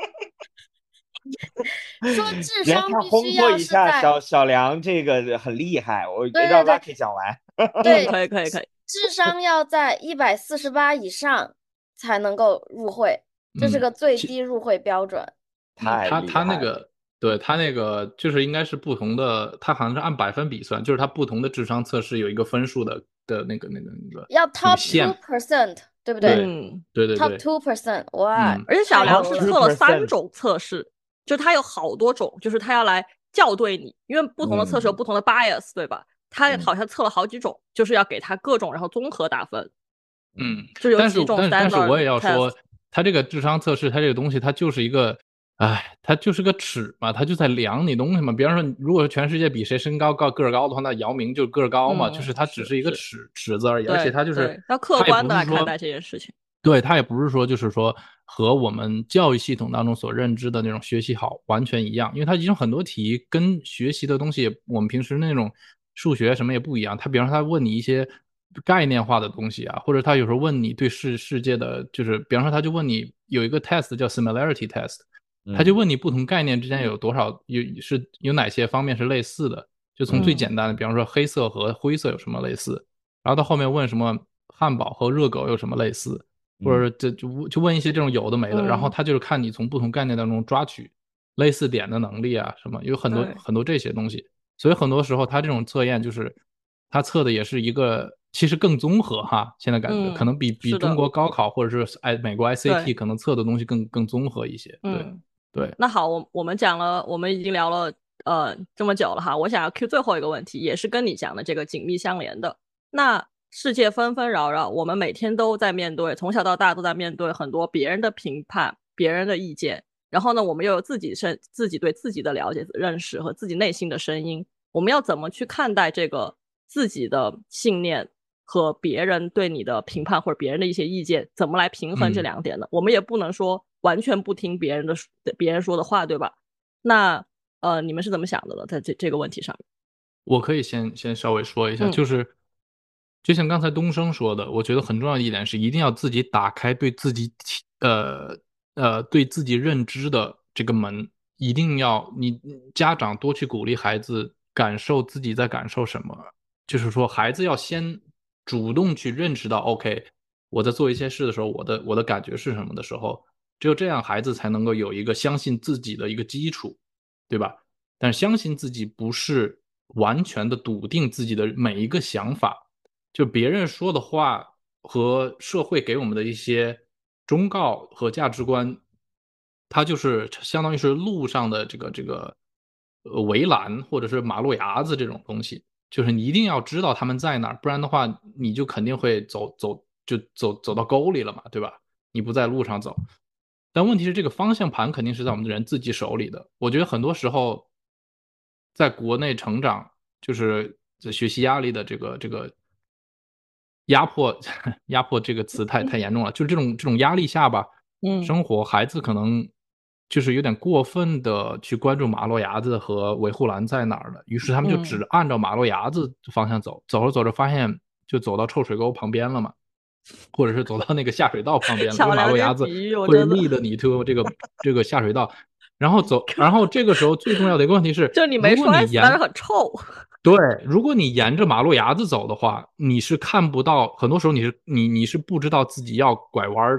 说智来商必他烘须要托一下是在， 小小梁这个很厉害，我让对对对 Lucky 讲完。 嗯， 对， 可以可以可以。 智商要在一百四十八以上才能够入会，这是嗯， 个最其低入会标准。 嗯， 太他厉害了。 他那个，对，他那个就是应该是不同的，他好像是按百分比算，就是他不同的智商测试有一个分数的的那个那个那个要那个 top 线 two percent，对不对对嗯， 对对 ？top 对， two percent，哇， 嗯， 而且小太梁牛了。 是测了三 two percent 种测试，就他有好多种，就是他要来校对你，因为不同的测试有嗯不同的 bias，对吧？他嗯好像测了好几种，就是要给他各种，然后综合打分， 嗯， 就有但是几种但是但是我 standard 也要 test。 说，它这个智商测试，它这个东西，它就是一个，哎，它就是个尺嘛，它就在量你东西嘛。比方说，如果是全世界比谁身高高个儿高的话，那姚明就个儿高嘛，就是嗯， 它只是是一个是， 尺尺子而已，而且对它就是对，要客它也观不是说的来看待这件事情。 对，它也不是说就是说和我们教育系统当中所认知的那种学习好完全一样，因为它其实很多题跟学习的东西也我们平时那种数学什么也不一样。它比方说他问你一些概念化的东西啊，或者他有时候问你对世世界的，就是比方说他就问你有一个 test 叫 similarity test，他就嗯问你不同概念之间有多少有是有哪些方面是类似的，就从最嗯简单的，比方说黑色和灰色有什么类似，然后到后面问什么汉堡和热狗有什么类似。或嗯者这就就问一些这种有的没的，然后嗯， 他就是看你从不同概念当中抓取类似点的能力啊，什么有很多对， 很多这些东西，所以很多时候他这种测验就是他测的也是一个其实更综合哈，现在感觉可嗯， 能比比是的， 中国高考或者是哎美国 I C T 对， 可能测的东西更更综合一些，对嗯。 对， 那好，我我们讲了，我们已经聊了呃这么久了哈，我想要 Q 最后一个问题，也是跟你讲的这个紧密相连的。那世界纷纷扰扰，我们每天都在面对，从小到大都在面对很多别人的评判、别人的意见，然后呢，我们又有自己身自己对自己的了解、认识和自己内心的声音，我们要怎么去看待这个自己的信念和别人对你的评判或者别人的一些意见，怎么来平衡这嗯两点呢？我们也不能说完全不听别人的别人说的话，对吧？那呃，你们是怎么想的呢？在这这个问题上面？ 我可以先先稍微说一下， 嗯就是就像刚才东升说的，我觉得很重要的一点是，一定要自己打开对自己呃呃对自己认知的这个门，一定要你家长多去鼓励孩子感受自己在感受什么，就是说孩子要先主动去认识到，OK，我在做一些事的时候，我的我的感觉是什么的时候，只有这样孩子才能够有一个相信自己的一个基础，对吧？但是相信自己不是完全的笃定自己的每一个想法，就别人说的话和社会给我们的一些忠告和价值观，它就是相当于是路上的这个这个呃围栏或者是马路牙子这种东西，就是你一定要知道他们在哪儿，不然的话你就肯定会走走就走走到沟里了嘛，对吧？你不在路上走。但问题是，这个方向盘肯定是在我们的人自己手里的。我觉得很多时候，在国内成长，就是在学习压力的这个这个压迫，压迫这个词太太严重了。就是这种这种压力下吧， 嗯生活孩子可能就是有点过分的去关注马路牙子和维护栏在哪儿了，于是他们就只嗯按照马路牙子方向走，走着走着发现就走到臭水沟旁边了嘛。或者是走到那个下水道旁边了，因小为马梁这个路牙子比喻我会真的立的你推这个这个下水道，然后走，然后这个时候最重要的一个问题是， 就你如没摔死， 果你沿但是很臭。 对，如果你沿着马路牙子走的话，你是看不到，很多时候你是你你是不知道自己要拐弯的，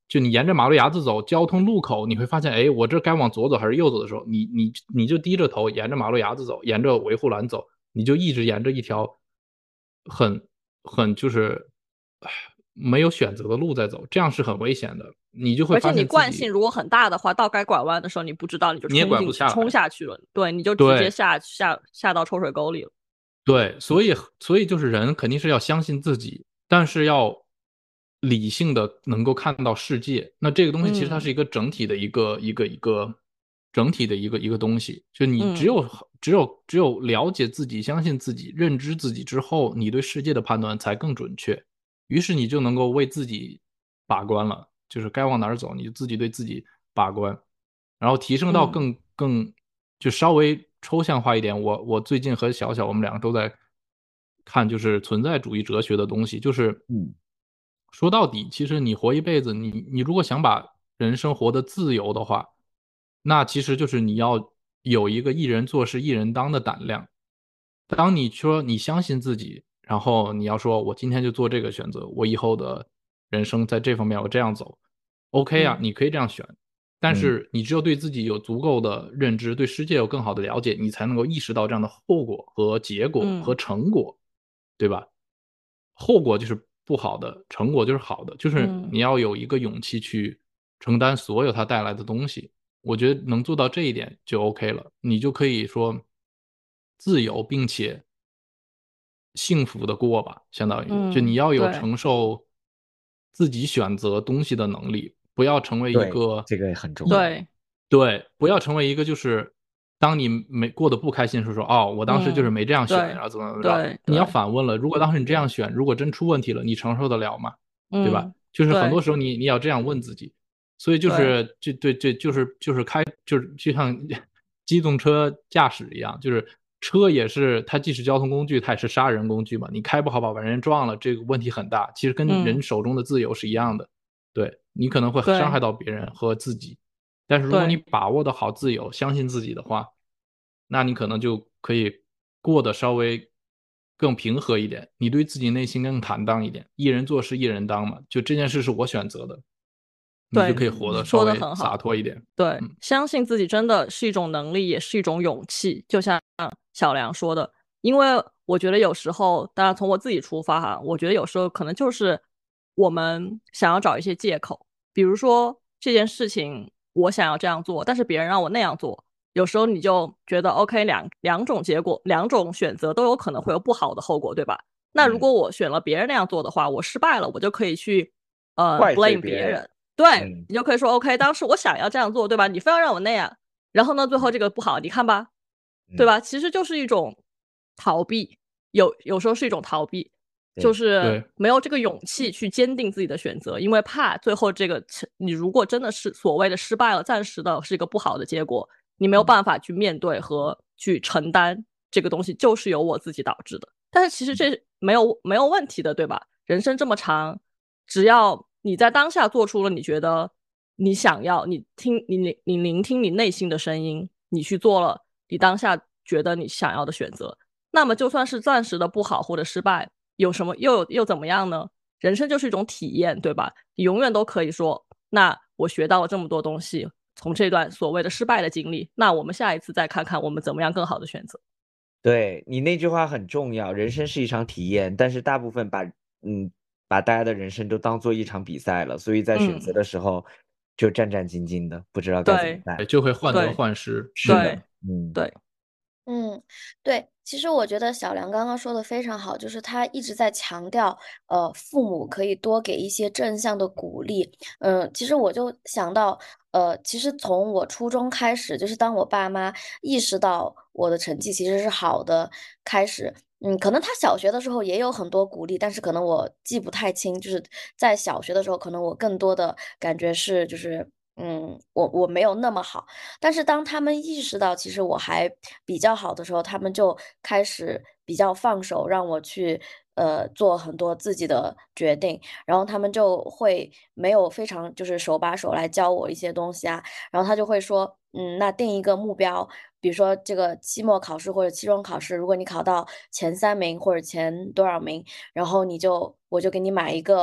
就你沿着马路牙子走，交通路口你会发现，哎，我这该往左走还是右走的时候，你你你就低着头沿着马路牙子走，沿着维护栏走，你就一直沿着一条很很就是没有选择的路在走，这样是很危险的。你就会而且你发现自己惯性如果很大的话，到该拐弯的时候你不知道，你就你也冲进去冲拐不下来。 下去了，对，你就直接对下下下到臭水沟里了。 对，所以所以就是人肯定是要相信自己，但是要理性的能够看到世界。那这个东西其实它是嗯一个整体的一个一个一个整体的一个一个东西，就你只嗯有只有只有了解自己、相信自己、认知自己之后，你对世界的判断才更准确。于是你就能够为自己把关了，就是该往哪儿走，你就自己对自己把关，然后提升到嗯更更就稍微抽象化一点。我我最近和小小我们两个都在看就是存在主义哲学的东西，就是嗯说到底，其实你活一辈子，你你如果想把人生活得自由的话，那其实就是你要有一个一人做事一人当的胆量。当你说你相信自己，然后你要说我今天就做这个选择，我以后的人生在这方面我这样走，OK 啊， 嗯你可以这样选。但嗯是你只有对自己有足够的认知，对世界有更好的了解，你才能够意识到这样的后果和结果和嗯成果，对吧？后果就是不好的，成果就是好的，就是嗯你要有一个勇气去承担所有它带来的东西。我觉得能做到这一点就 OK 了，你就可以说自由并且幸福的过吧，相当于就你嗯， 要有对承受自己选择东西的能力，不要成为一对， 个这个很重要。 对， 对，不要成为一个就是当你没过得不开心的时候说，哦，我当时就是嗯没这样选， 对然后怎么怎么着。 对你要对， 反问了，如果当时你这样选，如果真出问题了，你承受得了吗？对吧？ 嗯就是很对多时候你你要这样问自己，所以就对是这对这就是就是开就是就像机动车驾驶一样，就是车也是它既是交通工具，它也是杀人工具嘛。你开不好把人撞了，这个问题很大。其实跟嗯人手中的自由是一样的，对你可能会伤害对到别人和自己。但是如果你对把握的好自由，相信自己的话，那你可能就可以过得稍微更平和一点，你对自己内心更坦荡一点。一人做事一人当嘛，就这件事是我选择的，你就对， 可以活得稍说的微很好。 洒脱一点。 对， 嗯相信自己真的是一种能力，也是一种勇气。就像小梁说的，因为我觉得有时候，当然从我自己出发哈，我觉得有时候可能就是我们想要找一些借口，比如说这件事情我想要这样做，但是别人让我那样做，有时候你就觉得 OK，两两种结果，两种选择都有可能会有不好的后果，对吧？那如嗯果我选了别人那样做的话，我失败了，我就可以去呃怪罪 blame 别人别人。对， 嗯你就可以说 OK，当时我想要这样做，对吧？你非要让我那样，然后呢，最后这个不好，你看吧，对嗯吧？其实就是一种逃避，有有时候是一种逃避，就对是对没有这个勇气去坚定自己的选择，因为怕最后这个你如果真的是所谓的失败了，暂时的是一个不好的结果，你没有嗯办法去面对和去承担这个东西，就是由我自己导致的。但是其实这没有没有问题的，对吧？人生这么长，只要你在当下做出了你觉得你想要，你听你你你聆听你内心的声音，你去做了你当下觉得你想要的选择，那么就算是暂时的不好或者失败，有什么又有又怎么样呢？人生就是一种体验，对吧？你永远都可以说，那我学到了这么多东西，从这段所谓的失败的经历，那我们下一次再看看我们怎么样更好的选择。 对，你那句话很重要，人生是一场体验，但是大部分把嗯把大家的人生都当做一场比赛了，所以在选嗯择的时候就战战兢兢的，不知道该怎么对办。 就会患得对患失。 是的， 对嗯， 对， 嗯，对，其实我觉得小梁刚刚说的非常好，就是他一直在强调，呃，父母可以多给一些正向的鼓励。嗯，其实我就想到，呃，其实从我初中开始，就是当我爸妈意识到我的成绩其实是好的开始，嗯，可能他小学的时候也有很多鼓励，但是可能我记不太清，就是在小学的时候，可能我更多的感觉是就是。嗯，我我没有那么好，但是当他们意识到其实我还比较好的时候，他们就开始比较放手，让我去呃做很多自己的决定，然后他们就会没有非常就是手把手来教我一些东西啊，然后他就会说，嗯，那定一个目标，比如说这个期末考试或者期中考试，如果你考到前三名或者前多少名，然后你就我就给你买一个。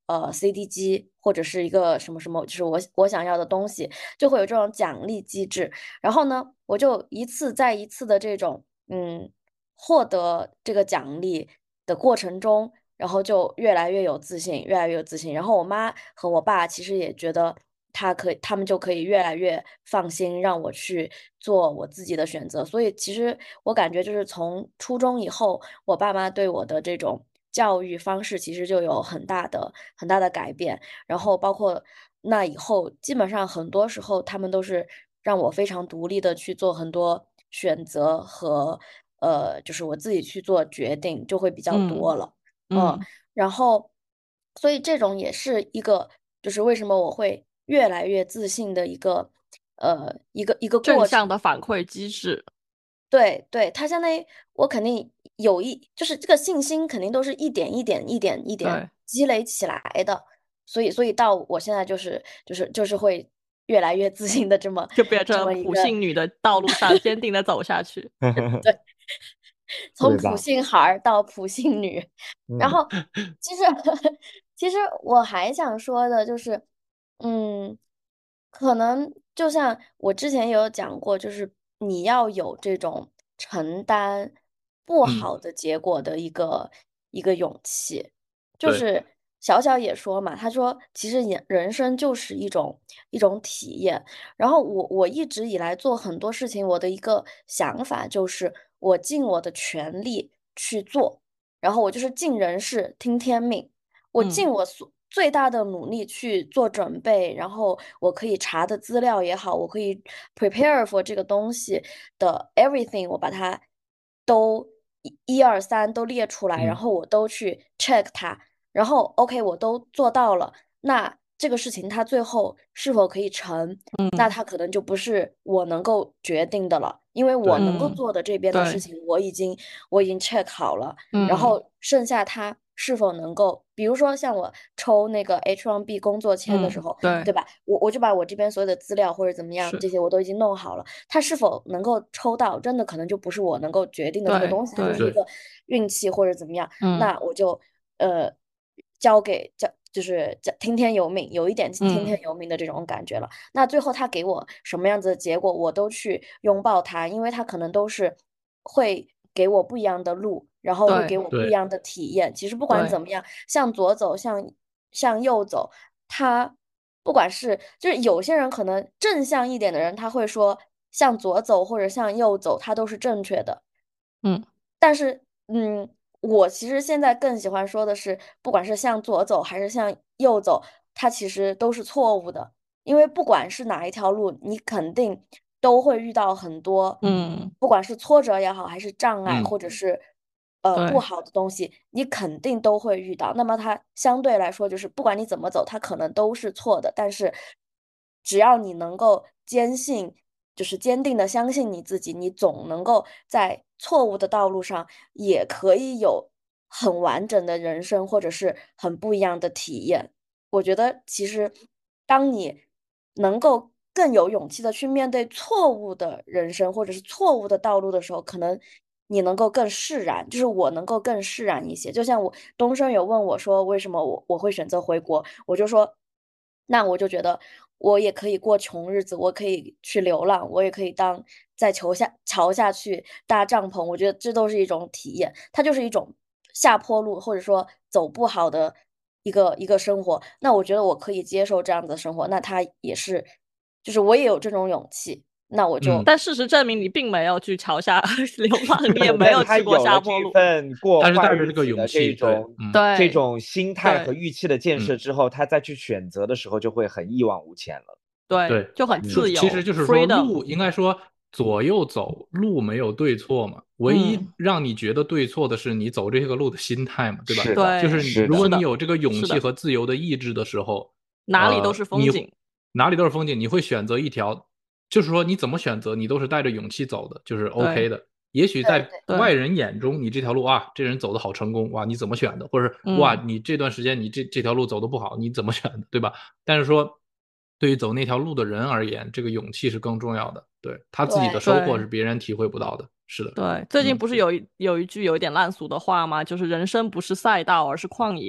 呃 C D 机或者是一个什么什么，就是我我想要的东西，就会有这种奖励机制。然后呢，我就一次再一次的这种嗯获得这个奖励的过程中，然后就越来越有自信，越来越有自信。然后我妈和我爸其实也觉得他可以，他们就可以越来越放心让我去做我自己的选择。所以其实我感觉就是从初中以后，我爸妈对我的这种教育方式其实就有很大的很大的改变。然后包括那以后，基本上很多时候他们都是让我非常独立的去做很多选择和呃，就是我自己去做决定就会比较多嗯了。嗯， 嗯然后所以这种也是一个，就是为什么我会越来越自信的一个呃一个一个正过程。 向的反馈机制。 对对，它相当于我肯定有一，就是这个信心肯定都是一点一点一点一点对， 积累起来的，所以所以到我现在就是就是就是会越来越自信的这么就变这成普么一个信女的道路上坚定的走下去。 对，从普特别棒。 信孩儿到普信女。然嗯后其实其实我还想说的就是，嗯，可能就像我之前也有讲过，就是你要有这种承担不嗯， 好的结果的一个一个勇气。就对， 是小小也说嘛，他说其实人人生就是一种一种体验。然后我我一直以来做很多事情，我的一个想法就是我尽我的全力去做，然后我就是尽人事听天命，我尽嗯我所最大的努力去做准备，然后我可以查的资料也好，我可以 prepare for 这个东西的 everything，我把它都一一二三都列出来，然嗯后我都去 check 它，然后 OK 我都做到了，那这个事情它最后是否可以成，那嗯它可能就不是我能够决定的了，因为我对， 能够嗯， 做的这边的事对， 情我已经我已经 check 好了。然嗯后剩下它是否能够，比如说像我抽那个 H 一 B 工作签的时嗯， 候， 对， 对吧？我我就把我这边所有的资料或者怎么样， 是， 这些我都已经弄好了，它是否能够抽到，真的可能就不是我能够决定的这个对东西，它就是对， 一个运气或者怎么样。 嗯那我就呃交给交。就是交听天由命，有一点听天嗯由命的这种感觉了。那最后他给我什么样子的结果，我都去拥抱他，因为他可能都是会给我不一样的路，然后会给对我不一对， 样的体验。其实不管对， 怎么样，向左走，向向右走，他不管是就是有些人可能正向一点的人，他会说向左走或者向右走，他都是正确的。 嗯但是，嗯，我其实现在更喜欢说的是，不管是向左走还是向右走，它其实都是错误的。因为不管是哪一条路，你肯定都会遇到很多， 嗯， 不管是挫折也好，还是障碍， 嗯或者是呃不对， 好的东西，你肯定都会遇到。那么它相对来说，就是不管你怎么走，它可能都是错的。但是只要你能够坚信，就是坚定的相信你自己，你总能够在错误的道路上也可以有很完整的人生，或者是很不一样的体验。我觉得其实当你能够更有勇气的去面对错误的人生或者是错误的道路的时候，可能你能够更释然，就是我能够更释然一些。就像我东升有问我说，为什么我我会选择回国，我就说，那我就觉得我也可以过穷日子，我可以去流浪，我也可以当在桥下桥下去搭帐篷，我觉得这都是一种体验，它就是一种下坡路或者说走不好的一个一个生活。那我觉得我可以接受这样子的生活，那它也是，就是我也有这种勇气，那我嗯， 就但事实证明，你并没有去桥下流浪，你也没但他有去过有了这下坡路。 份过他是坏带着这个日子的勇气，对， 这种嗯这对种心态和对预期的建嗯， 设之后，他再去选择的时候就会很一往无前了。 对， 对， 就很嗯自由就其实就是说 ，freedom。 路应该说左右走，路没有对错嘛，唯一嗯， 让你觉得对错的是你走这个路的心态嘛，对吧？ 是的， 就是对， 是的， 如果是的， 你有这个勇是的， 气和自由的意志的时候， 哪里都呃，你是风景。 哪里都是风景，你会选择一条，就是说你怎么选择，你都是带着勇气走的，就是 OK 对的。也许对在对外对， 人眼中，你这条路啊，这人走的好成功，哇，你怎么选的？或者哇， 嗯， 你这段时间你这这条路走的不好，你怎么选的，对吧？但是说，对于走那条路的人而言，这个勇气是更重要的。对，他自己的对收获是对别人体会不到的。是的， 对。最近嗯， 不是有一有一句有一点烂俗的话吗？就是人生不是赛道，而是旷野。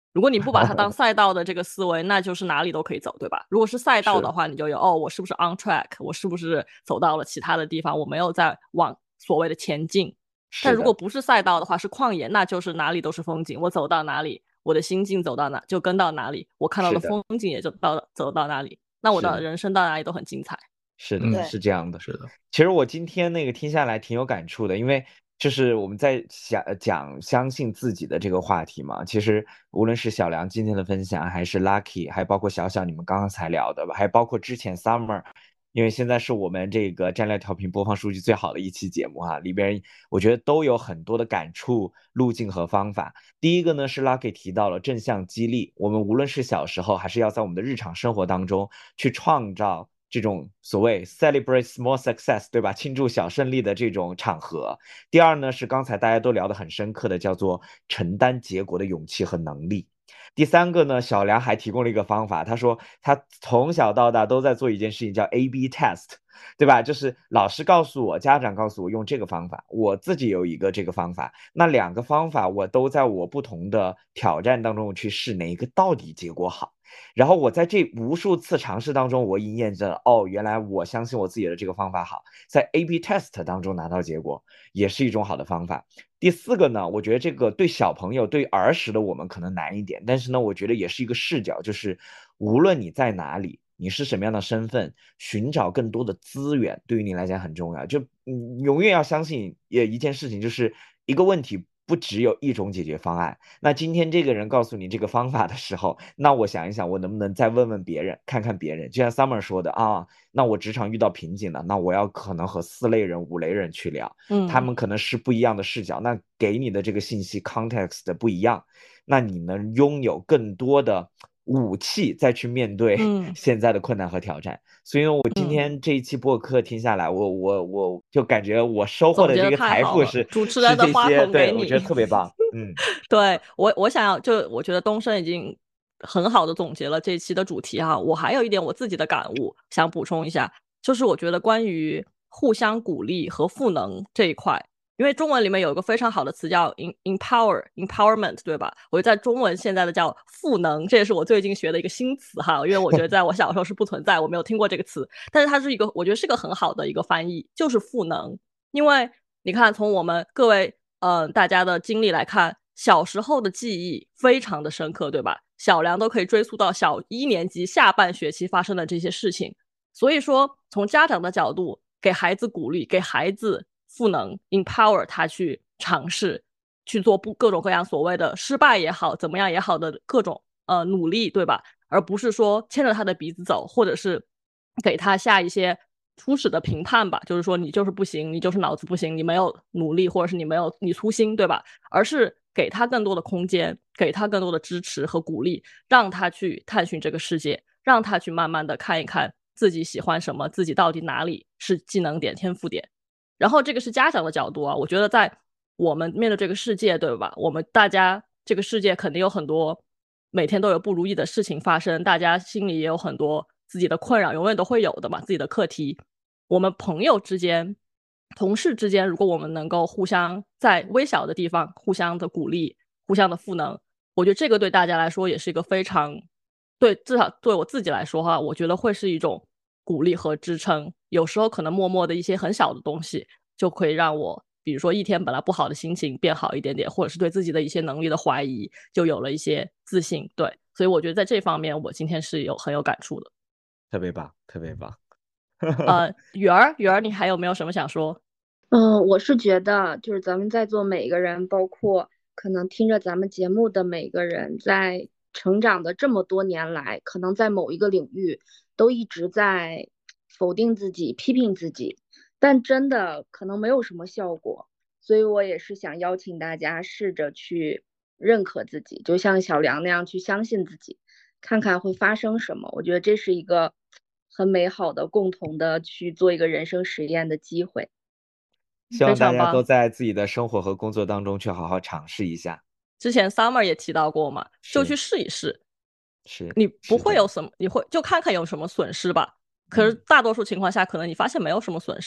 如果你不把它当赛道的这个思维，那就是哪里都可以走，对吧？如果是赛道的话，你就有哦，我是不是 on track， 我是不是走到了其他的地方，我没有在往所谓的前进。但如果不是赛道的话，是旷野，那就是哪里都是风景，我走到哪里，我的心境走到哪就跟到哪里，我看到的风景也就到走到哪里，那我的人生到哪里都很精彩。 是的，是这样的， 是的。 其实我今天那个听下来挺有感触的，因为就是我们在想讲相信自己的这个话题嘛。其实无论是小梁今天的分享，还是 Lucky， 还包括小小你们刚刚才聊的吧，还包括之前 Summer， 因为现在是我们这个战略调频播放数据最好的一期节目哈，里边我觉得都有很多的感触、路径和方法。第一个呢是 Lucky 提到了正向激励，我们无论是小时候，还是要在我们的日常生活当中去创造这种所谓 celebrate small success， 对吧？庆祝小胜利的这种场合。第二呢，是刚才大家都聊得很深刻的，叫做承担结果的勇气和能力。第三个呢，小梁还提供了一个方法，他说他从小到大都在做一件事情，叫 A B test， 对吧？就是老师告诉我，家长告诉我用这个方法，我自己有一个这个方法，那两个方法我都在我不同的挑战当中去试，哪一个到底结果好。然后我在这无数次尝试当中，我已经验证了，哦，原来我相信我自己的这个方法好，在 A B test 当中拿到结果也是一种好的方法。第四个呢，我觉得这个对小朋友对儿时的我们可能难一点，但是呢我觉得也是一个视角，就是无论你在哪里，你是什么样的身份，寻找更多的资源对于你来讲很重要。就你永远要相信也一件事情，就是一个问题不只有一种解决方案。那今天这个人告诉你这个方法的时候，那我想一想，我能不能再问问别人，看看别人。就像 Summer 说的啊，那我职场遇到瓶颈了，那我要可能和四类人、五类人去聊， 嗯， 他们可能是不一样的视角，那给你的这个信息 context 的不一样，那你能拥有更多的武器再去面对现在的困难和挑战。嗯、所以呢，我今天这一期播客听下来，我我我就感觉我收获的这个财富是主持人的话筒给你， 对，我觉得特别棒。嗯， 对我我想要就我觉得东升已经很好的总结了这一期的主题哈。我还有一点我自己的感悟想补充一下，就是我觉得关于互相鼓励和赋能这一块。因为中文里面有一个非常好的词叫 empower empowerment， 对吧？我觉得在中文现在的叫赋能，这也是我最近学的一个新词哈。因为我觉得在我小时候是不存在，我没有听过这个词，但是它是一个我觉得是个很好的一个翻译，就是赋能。因为你看从我们各位呃大家的经历来看，小时候的记忆非常的深刻，对吧？小梁都可以追溯到小一年级下半学期发生的这些事情。所以说从家长的角度给孩子鼓励，给孩子赋能 empower 他去尝试去做不各种各样所谓的失败也好怎么样也好的各种呃努力，对吧？而不是说牵着他的鼻子走，或者是给他下一些初始的评判吧，就是说你就是不行，你就是脑子不行，你没有努力，或者是你没有你粗心，对吧？而是给他更多的空间，给他更多的支持和鼓励，让他去探寻这个世界，让他去慢慢的看一看自己喜欢什么，自己到底哪里是技能点天赋点。然后这个是家长的角度啊，我觉得在我们面对这个世界，对吧？我们大家这个世界肯定有很多每天都有不如意的事情发生，大家心里也有很多自己的困扰，永远都会有的嘛，自己的课题。我们朋友之间、同事之间，如果我们能够互相在微小的地方互相的鼓励、互相的赋能，我觉得这个对大家来说也是一个非常对，至少对我自己来说哈，我觉得会是一种鼓励和支撑。有时候可能默默的一些很小的东西就可以让我比如说一天本来不好的心情变好一点点，或者是对自己的一些能力的怀疑就有了一些自信。对，所以我觉得在这方面我今天是有很有感触的。 特别棒，特别棒。 呃，雨儿，雨儿，你还有没有什么想说？ 嗯，我是觉得就是咱们在座每一个人，包括可能听着咱们节目的每个人，在成长的这么多年来，可能在某一个领域都一直在否定自己、批评自己，但真的可能没有什么效果。所以我也是想邀请大家试着去认可自己，就像小梁那样去相信自己，看看会发生什么。我觉得这是一个很美好的共同的去做一个人生实验的机会。 希望大家都在自己的生活和工作当中去好好尝试一下。 之前 Summer 也提到过嘛，就去试一试。 是， 你不会有什么，你会就看看有什么损失吧。可是大多数情况下，可能你发现没有什么损失，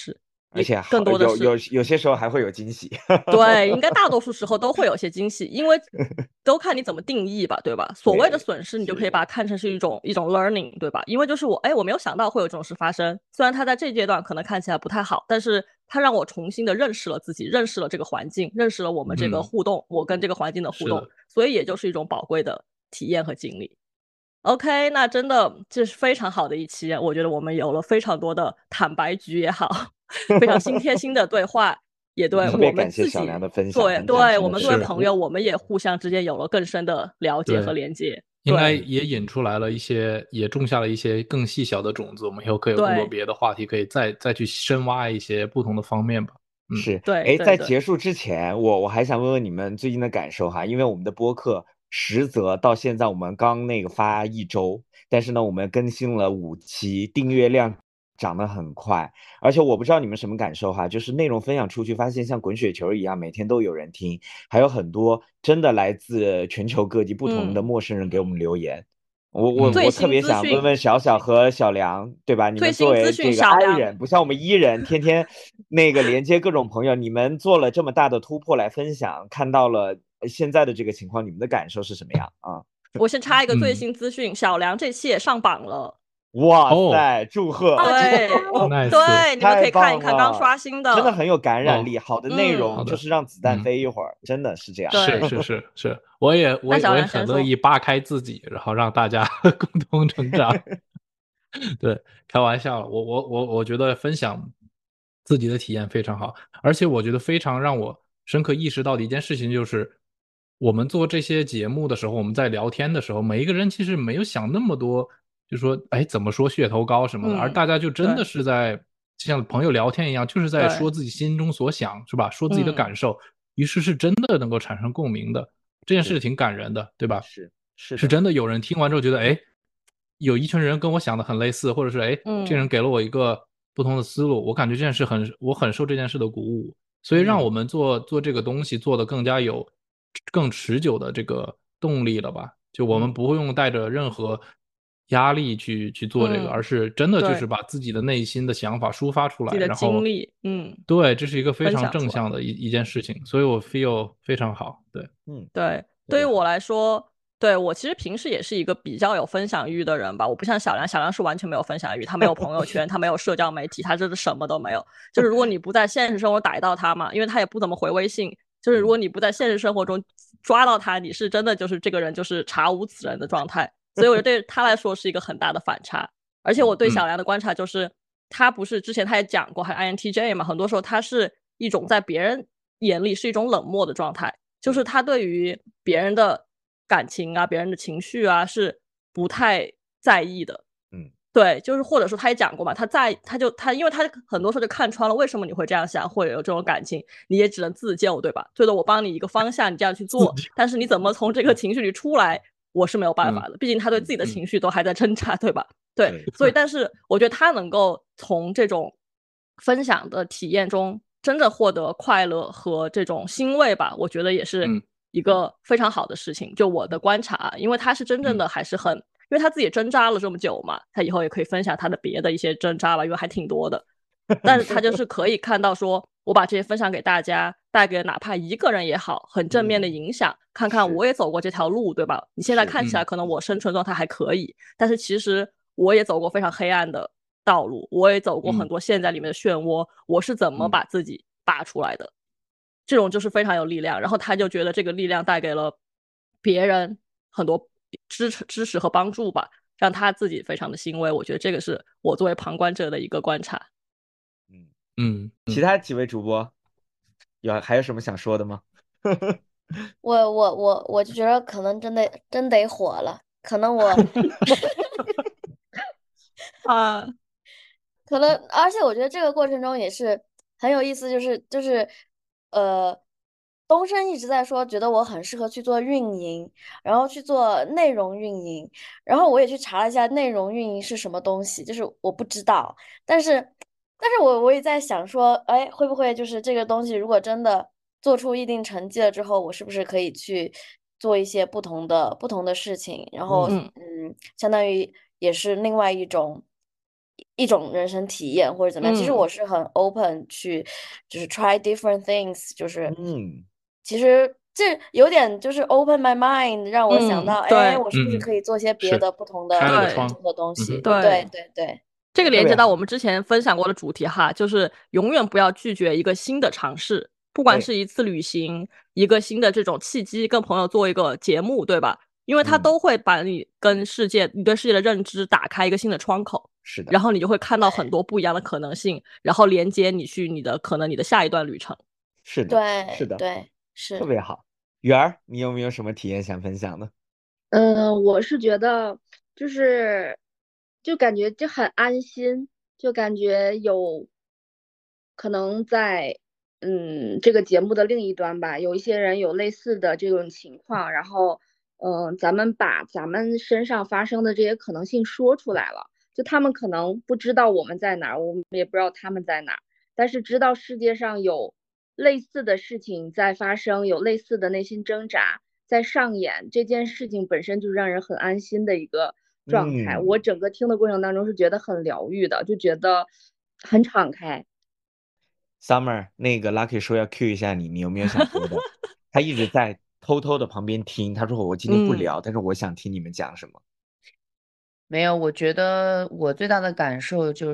而且好更多的是有有有些时候还会有惊喜。 对，应该大多数时候都会有些惊喜，因为都看你怎么定义吧，对吧？所谓的损失，你就可以把它看成是一种一种 learning， 对吧？因为就是我，哎，我没有想到会有这种事发生。虽然它在这阶段可能看起来不太好，但是它让我重新的认识了自己，认识了这个环境，认识了我们这个互动，嗯、我跟这个环境的互动，所以也就是一种宝贵的体验和经历。OK， 那真的这是非常好的一期，我觉得我们有了非常多的坦白局也好，非常心贴心的对话，也对我们自己小梁的分享， 对对我们作为朋友，我们也互相之间有了更深的了解和连接， 应该也引出来了一些，也种下了一些更细小的种子，我们以后可以有更多别的话题，可以再再去深挖一些不同的方面吧。 嗯、是， 对， 哎，在结束之前，我我还想问问你们最近的感受哈，因为我们的播客实则到现在我们刚那个发一周，但是呢，我们更新了五期，订阅量涨得很快，而且我不知道你们什么感受哈，就是内容分享出去，发现像滚雪球一样，每天都有人听，还有很多真的来自全球各地不同的陌生人给我们留言。嗯我我我特别想问问小小和小梁，对吧？你们作为这个 I 人，不像我们 E 人，天天那个连接各种朋友，你们做了这么大的突破来分享，看到了现在的这个情况，你们的感受是什么样啊？ 我先插一个最新资讯，嗯、小梁这期也上榜了。 哇塞！祝贺！ 对对，你们可以看一看，刚刷新的， 真的很有感染力。好的内容就是让子弹飞一会儿，真的是这样。 是是是是，我也我也我也很乐意扒开自己，然后让大家共同成长。对，开玩笑了，我我我我觉得分享自己的体验非常好，而且我觉得非常让我深刻意识到的一件事情就是，我们做这些节目的时候，我们在聊天的时候，每一个人其实没有想那么多。就说哎，怎么说噱头高什么的，嗯、而大家就真的是在就像朋友聊天一样，就是在说自己心中所想，是吧？说自己的感受，嗯、于是是真的能够产生共鸣的。这件事挺感人的，对吧？ 是是是真的有人听完之后觉得，哎，有一群人跟我想的很类似，或者是哎， 嗯、 这人给了我一个不同的思路，我感觉这件事很，我很受这件事的鼓舞，所以让我们做、嗯、做这个东西做得更加有更持久的这个动力了吧？就我们不会用带着任何压力去去做这个， 嗯、 而是真的就是把自己的内心的想法抒发出来， 自己的然后经历，嗯， 对，这是一个非常正向的一一件事情，所以我 feel 非常好，对， 嗯， 对，对于我来说，对我其实平时也是一个比较有分享欲的人吧，我不像小梁，小梁是完全没有分享欲，他没有朋友圈，他没有社交媒体，他真的什么都没有。就是如果你不在现实生活逮到他嘛，因为他也不怎么回微信，就是如果你不在现实生活中抓到他，你是真的就是这个人就是查无此人的状态。所以我觉得对他来说是一个很大的反差。而且我对小梁的观察就是，嗯、他不是之前他也讲过，还 I N T J 嘛，很多时候他是一种在别人眼里是一种冷漠的状态。就是他对于别人的感情啊，别人的情绪啊，是不太在意的。 嗯， 对，就是或者说他也讲过嘛，他在他就他，因为他很多时候就看穿了为什么你会这样想，或者有这种感情，你也只能自救，对吧？最多我帮你一个方向，你这样去做，但是你怎么从这个情绪里出来，我是没有办法的。嗯、毕竟他对自己的情绪都还在挣扎，对吧？对，所以但是我觉得他能够从这种分享的体验中真的获得快乐和这种欣慰吧，我觉得也是一个非常好的事情。就我的观察，因为他是真正的还是很，因为他自己挣扎了这么久嘛，他以后也可以分享他的别的一些挣扎吧，因为还挺多的。但是他就是可以看到说，我把这些分享给大家，带给哪怕一个人也好，很正面的影响。嗯、看看我也走过这条路，对吧？你现在看起来可能我生存状态还可以，但是其实我也走过非常黑暗的道路，我也走过很多陷在里面的漩涡，嗯、我是怎么把自己拔出来的？嗯、这种就是非常有力量。然后他就觉得这个力量带给了别人很多支持、支持和帮助吧，让他自己非常的欣慰。我觉得这个是我作为旁观者的一个观察。 嗯嗯， 其他几位主播有还有什么想说的吗？ 我我我我就觉得可能真的真得火了，可能我啊， 可能而且我觉得这个过程中也是很有意思，就是就是呃，东升一直在说觉得我很适合去做运营，然后去做内容运营，然后我也去查了一下内容运营是什么东西，就是我不知道，但是但是我我也在想说，哎，会不会就是这个东西如果真的做出一定成绩了之后，我是不是可以去做一些不同的不同的事情，然后嗯嗯，相当于也是另外一种一种人生体验或者怎么样， 嗯其实我是很 open 去就是 try different things， 就是嗯， 其实这有点就是 open my mind， 让我想嗯到， 对哎，我是不是嗯可以做些别是的不同的对开了个窗做的东西？ 嗯哼对对对对， 这个连接到特别好我们之前分享过的主题哈，就是永远不要拒绝一个新的尝试，不管对是一次旅行，一个新的这种契机，跟朋友做一个节目，对吧？因为它嗯都会把你跟世界、你对世界的认知打开一个新的窗口， 是的， 然后你就会看到很多不一样的可能性，然后连接你去你的可能你的下一段旅程。 是的， 对是的， 对是特别好。圆儿，你有没有什么体验想分享的？ 嗯，我是觉得就是就感觉就很安心，就感觉有可能在嗯这个节目的另一端吧，有一些人有类似的这种情况，然后嗯咱们把咱们身上发生的这些可能性说出来了，就他们可能不知道我们在哪儿，我们也不知道他们在哪儿，但是知道世界上有类似的事情在发生，有类似的内心挣扎在上演，这件事情本身就让人很安心的一个状态。 嗯我整个听的过程当中是觉得很疗愈的，就觉得很敞开。 Summer，那个 Lucky 说要 cue 一下你，你有没有想说的？他一直在偷偷的旁边听，他说我今天不嗯聊，但是我想听你们讲什么。 没有，我觉得我最大的感受就是，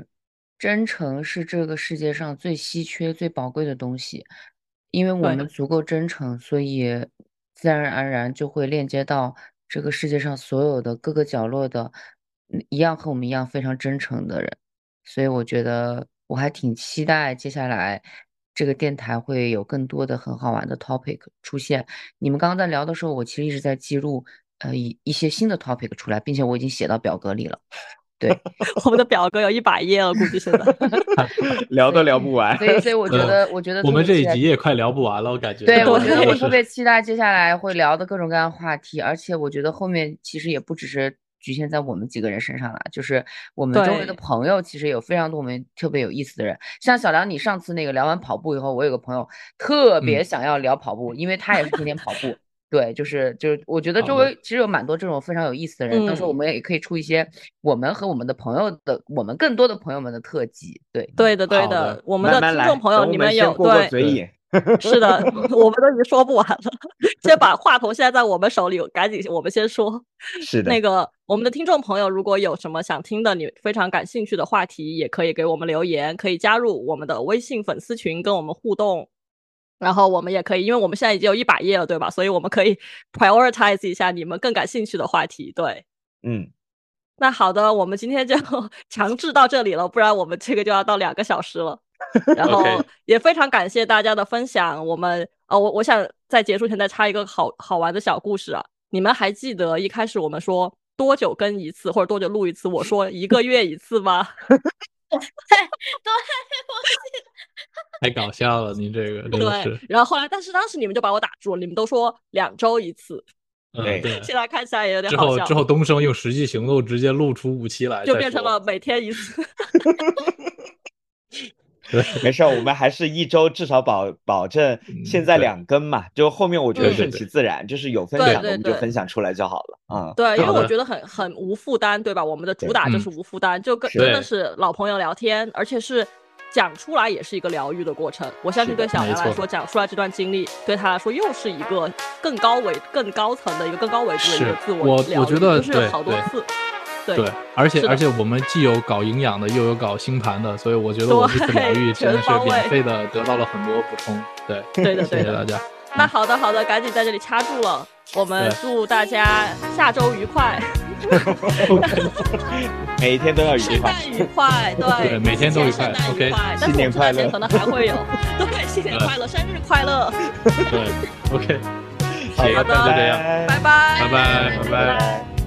真诚是这个世界上最稀缺、最宝贵的东西。因为我对们足够真诚，所以自然而然就会链接到这个世界上所有的各个角落的，嗯一样和我们一样非常真诚的人。所以我觉得我还挺期待接下来这个电台会有更多的很好玩的 topic 出现。你们刚刚在聊的时候，我其实一直在记录呃一一些新的 topic 出来，并且我已经写到表格里了。对， 我们的表格有一百页了，估计现在。 聊都聊不完。 所以所以我觉得我觉得我们这一特别期待集也快聊不完了，我感觉。 对，我觉得对我特别期待接下来会聊的各种各样的话题，而且我觉得后面其实也不只是局限在我们几个人身上了，就是我们周围的对朋友其实有非常多我们特别有意思的人。像小梁，你上次那个聊完跑步以后，我有个朋友特别嗯想要聊跑步，因为他也是天天跑步。对，就是就是，我觉得周好的围其实有蛮多这种非常有意思的人，到时候我嗯们也可以出一些我们和我们的朋友的，我们更多的朋友们的特辑。对， 对的，对好的的，我们的慢慢来， 听众朋友， 等我们你们有先过过对嘴瘾。 是的，我们都已经说不完了，先把话筒现在在我们手里，赶紧我们先说。 是的， 那个我们的听众朋友，如果有什么想听的，你非常感兴趣的话题，也可以给我们留言，可以加入我们的微信粉丝群跟我们互动。然后我们也可以，因为我们现在已经有一百页了，对吧？所以我们可以 prioritize 一下你们更感兴趣的话题。对， 嗯， 那好的，我们今天就强制到这里了，不然我们这个就要到两个小时了。然后 OK 也非常感谢大家的分享。我们呃，我我想在结束前再插一个好好玩的小故事啊。你们还记得一开始我们说多久更一次或者多久录一次？我说一个月一次吗？ 对对，我记得。 太搞笑了，你这个真的对是。， 然后后来，但是当时你们就把我打住了，你们都说两周一次， 嗯， 对对。 现在看起来也有点之好笑， 后之后，东升用实际行动直接录出五期来， 就再说变成了每天一次。 没事儿，我们还是一周至少保保证现在对两更嘛，就后面我觉得嗯顺其自然，就是有分享的对对我们就对分享出来就好了啊。 对，因为好的我觉得很很无负担，对吧？我们的主打就是无负担，就跟是真的对是老朋友聊天，而且是讲出来也是一个疗愈的过程。我相信是的对小没错梁来说，讲出来这段经历，对他来说又是一个更高维、更高层的一个更高维度的一个是自我疗愈， 我觉得就是有对对好多次。对对，而且是的而且我们既有搞营养的，又有搞星盘的，所以我觉得我这次疗愈对真的是全方位免费的得到了很多补充。对， 对的对的谢谢大家。 那好的好的，赶紧在这里掐住了。我们对祝大家下周愉快， 每一天都要愉快。 圣诞愉快，对， 对每天都愉快圣诞愉 OK 快。但新是我们这年快乐段时间可能还会有，对，新年快乐，生日快乐， 对，OK，行， 好的那就这样， 拜拜， 拜拜，拜拜。 拜拜。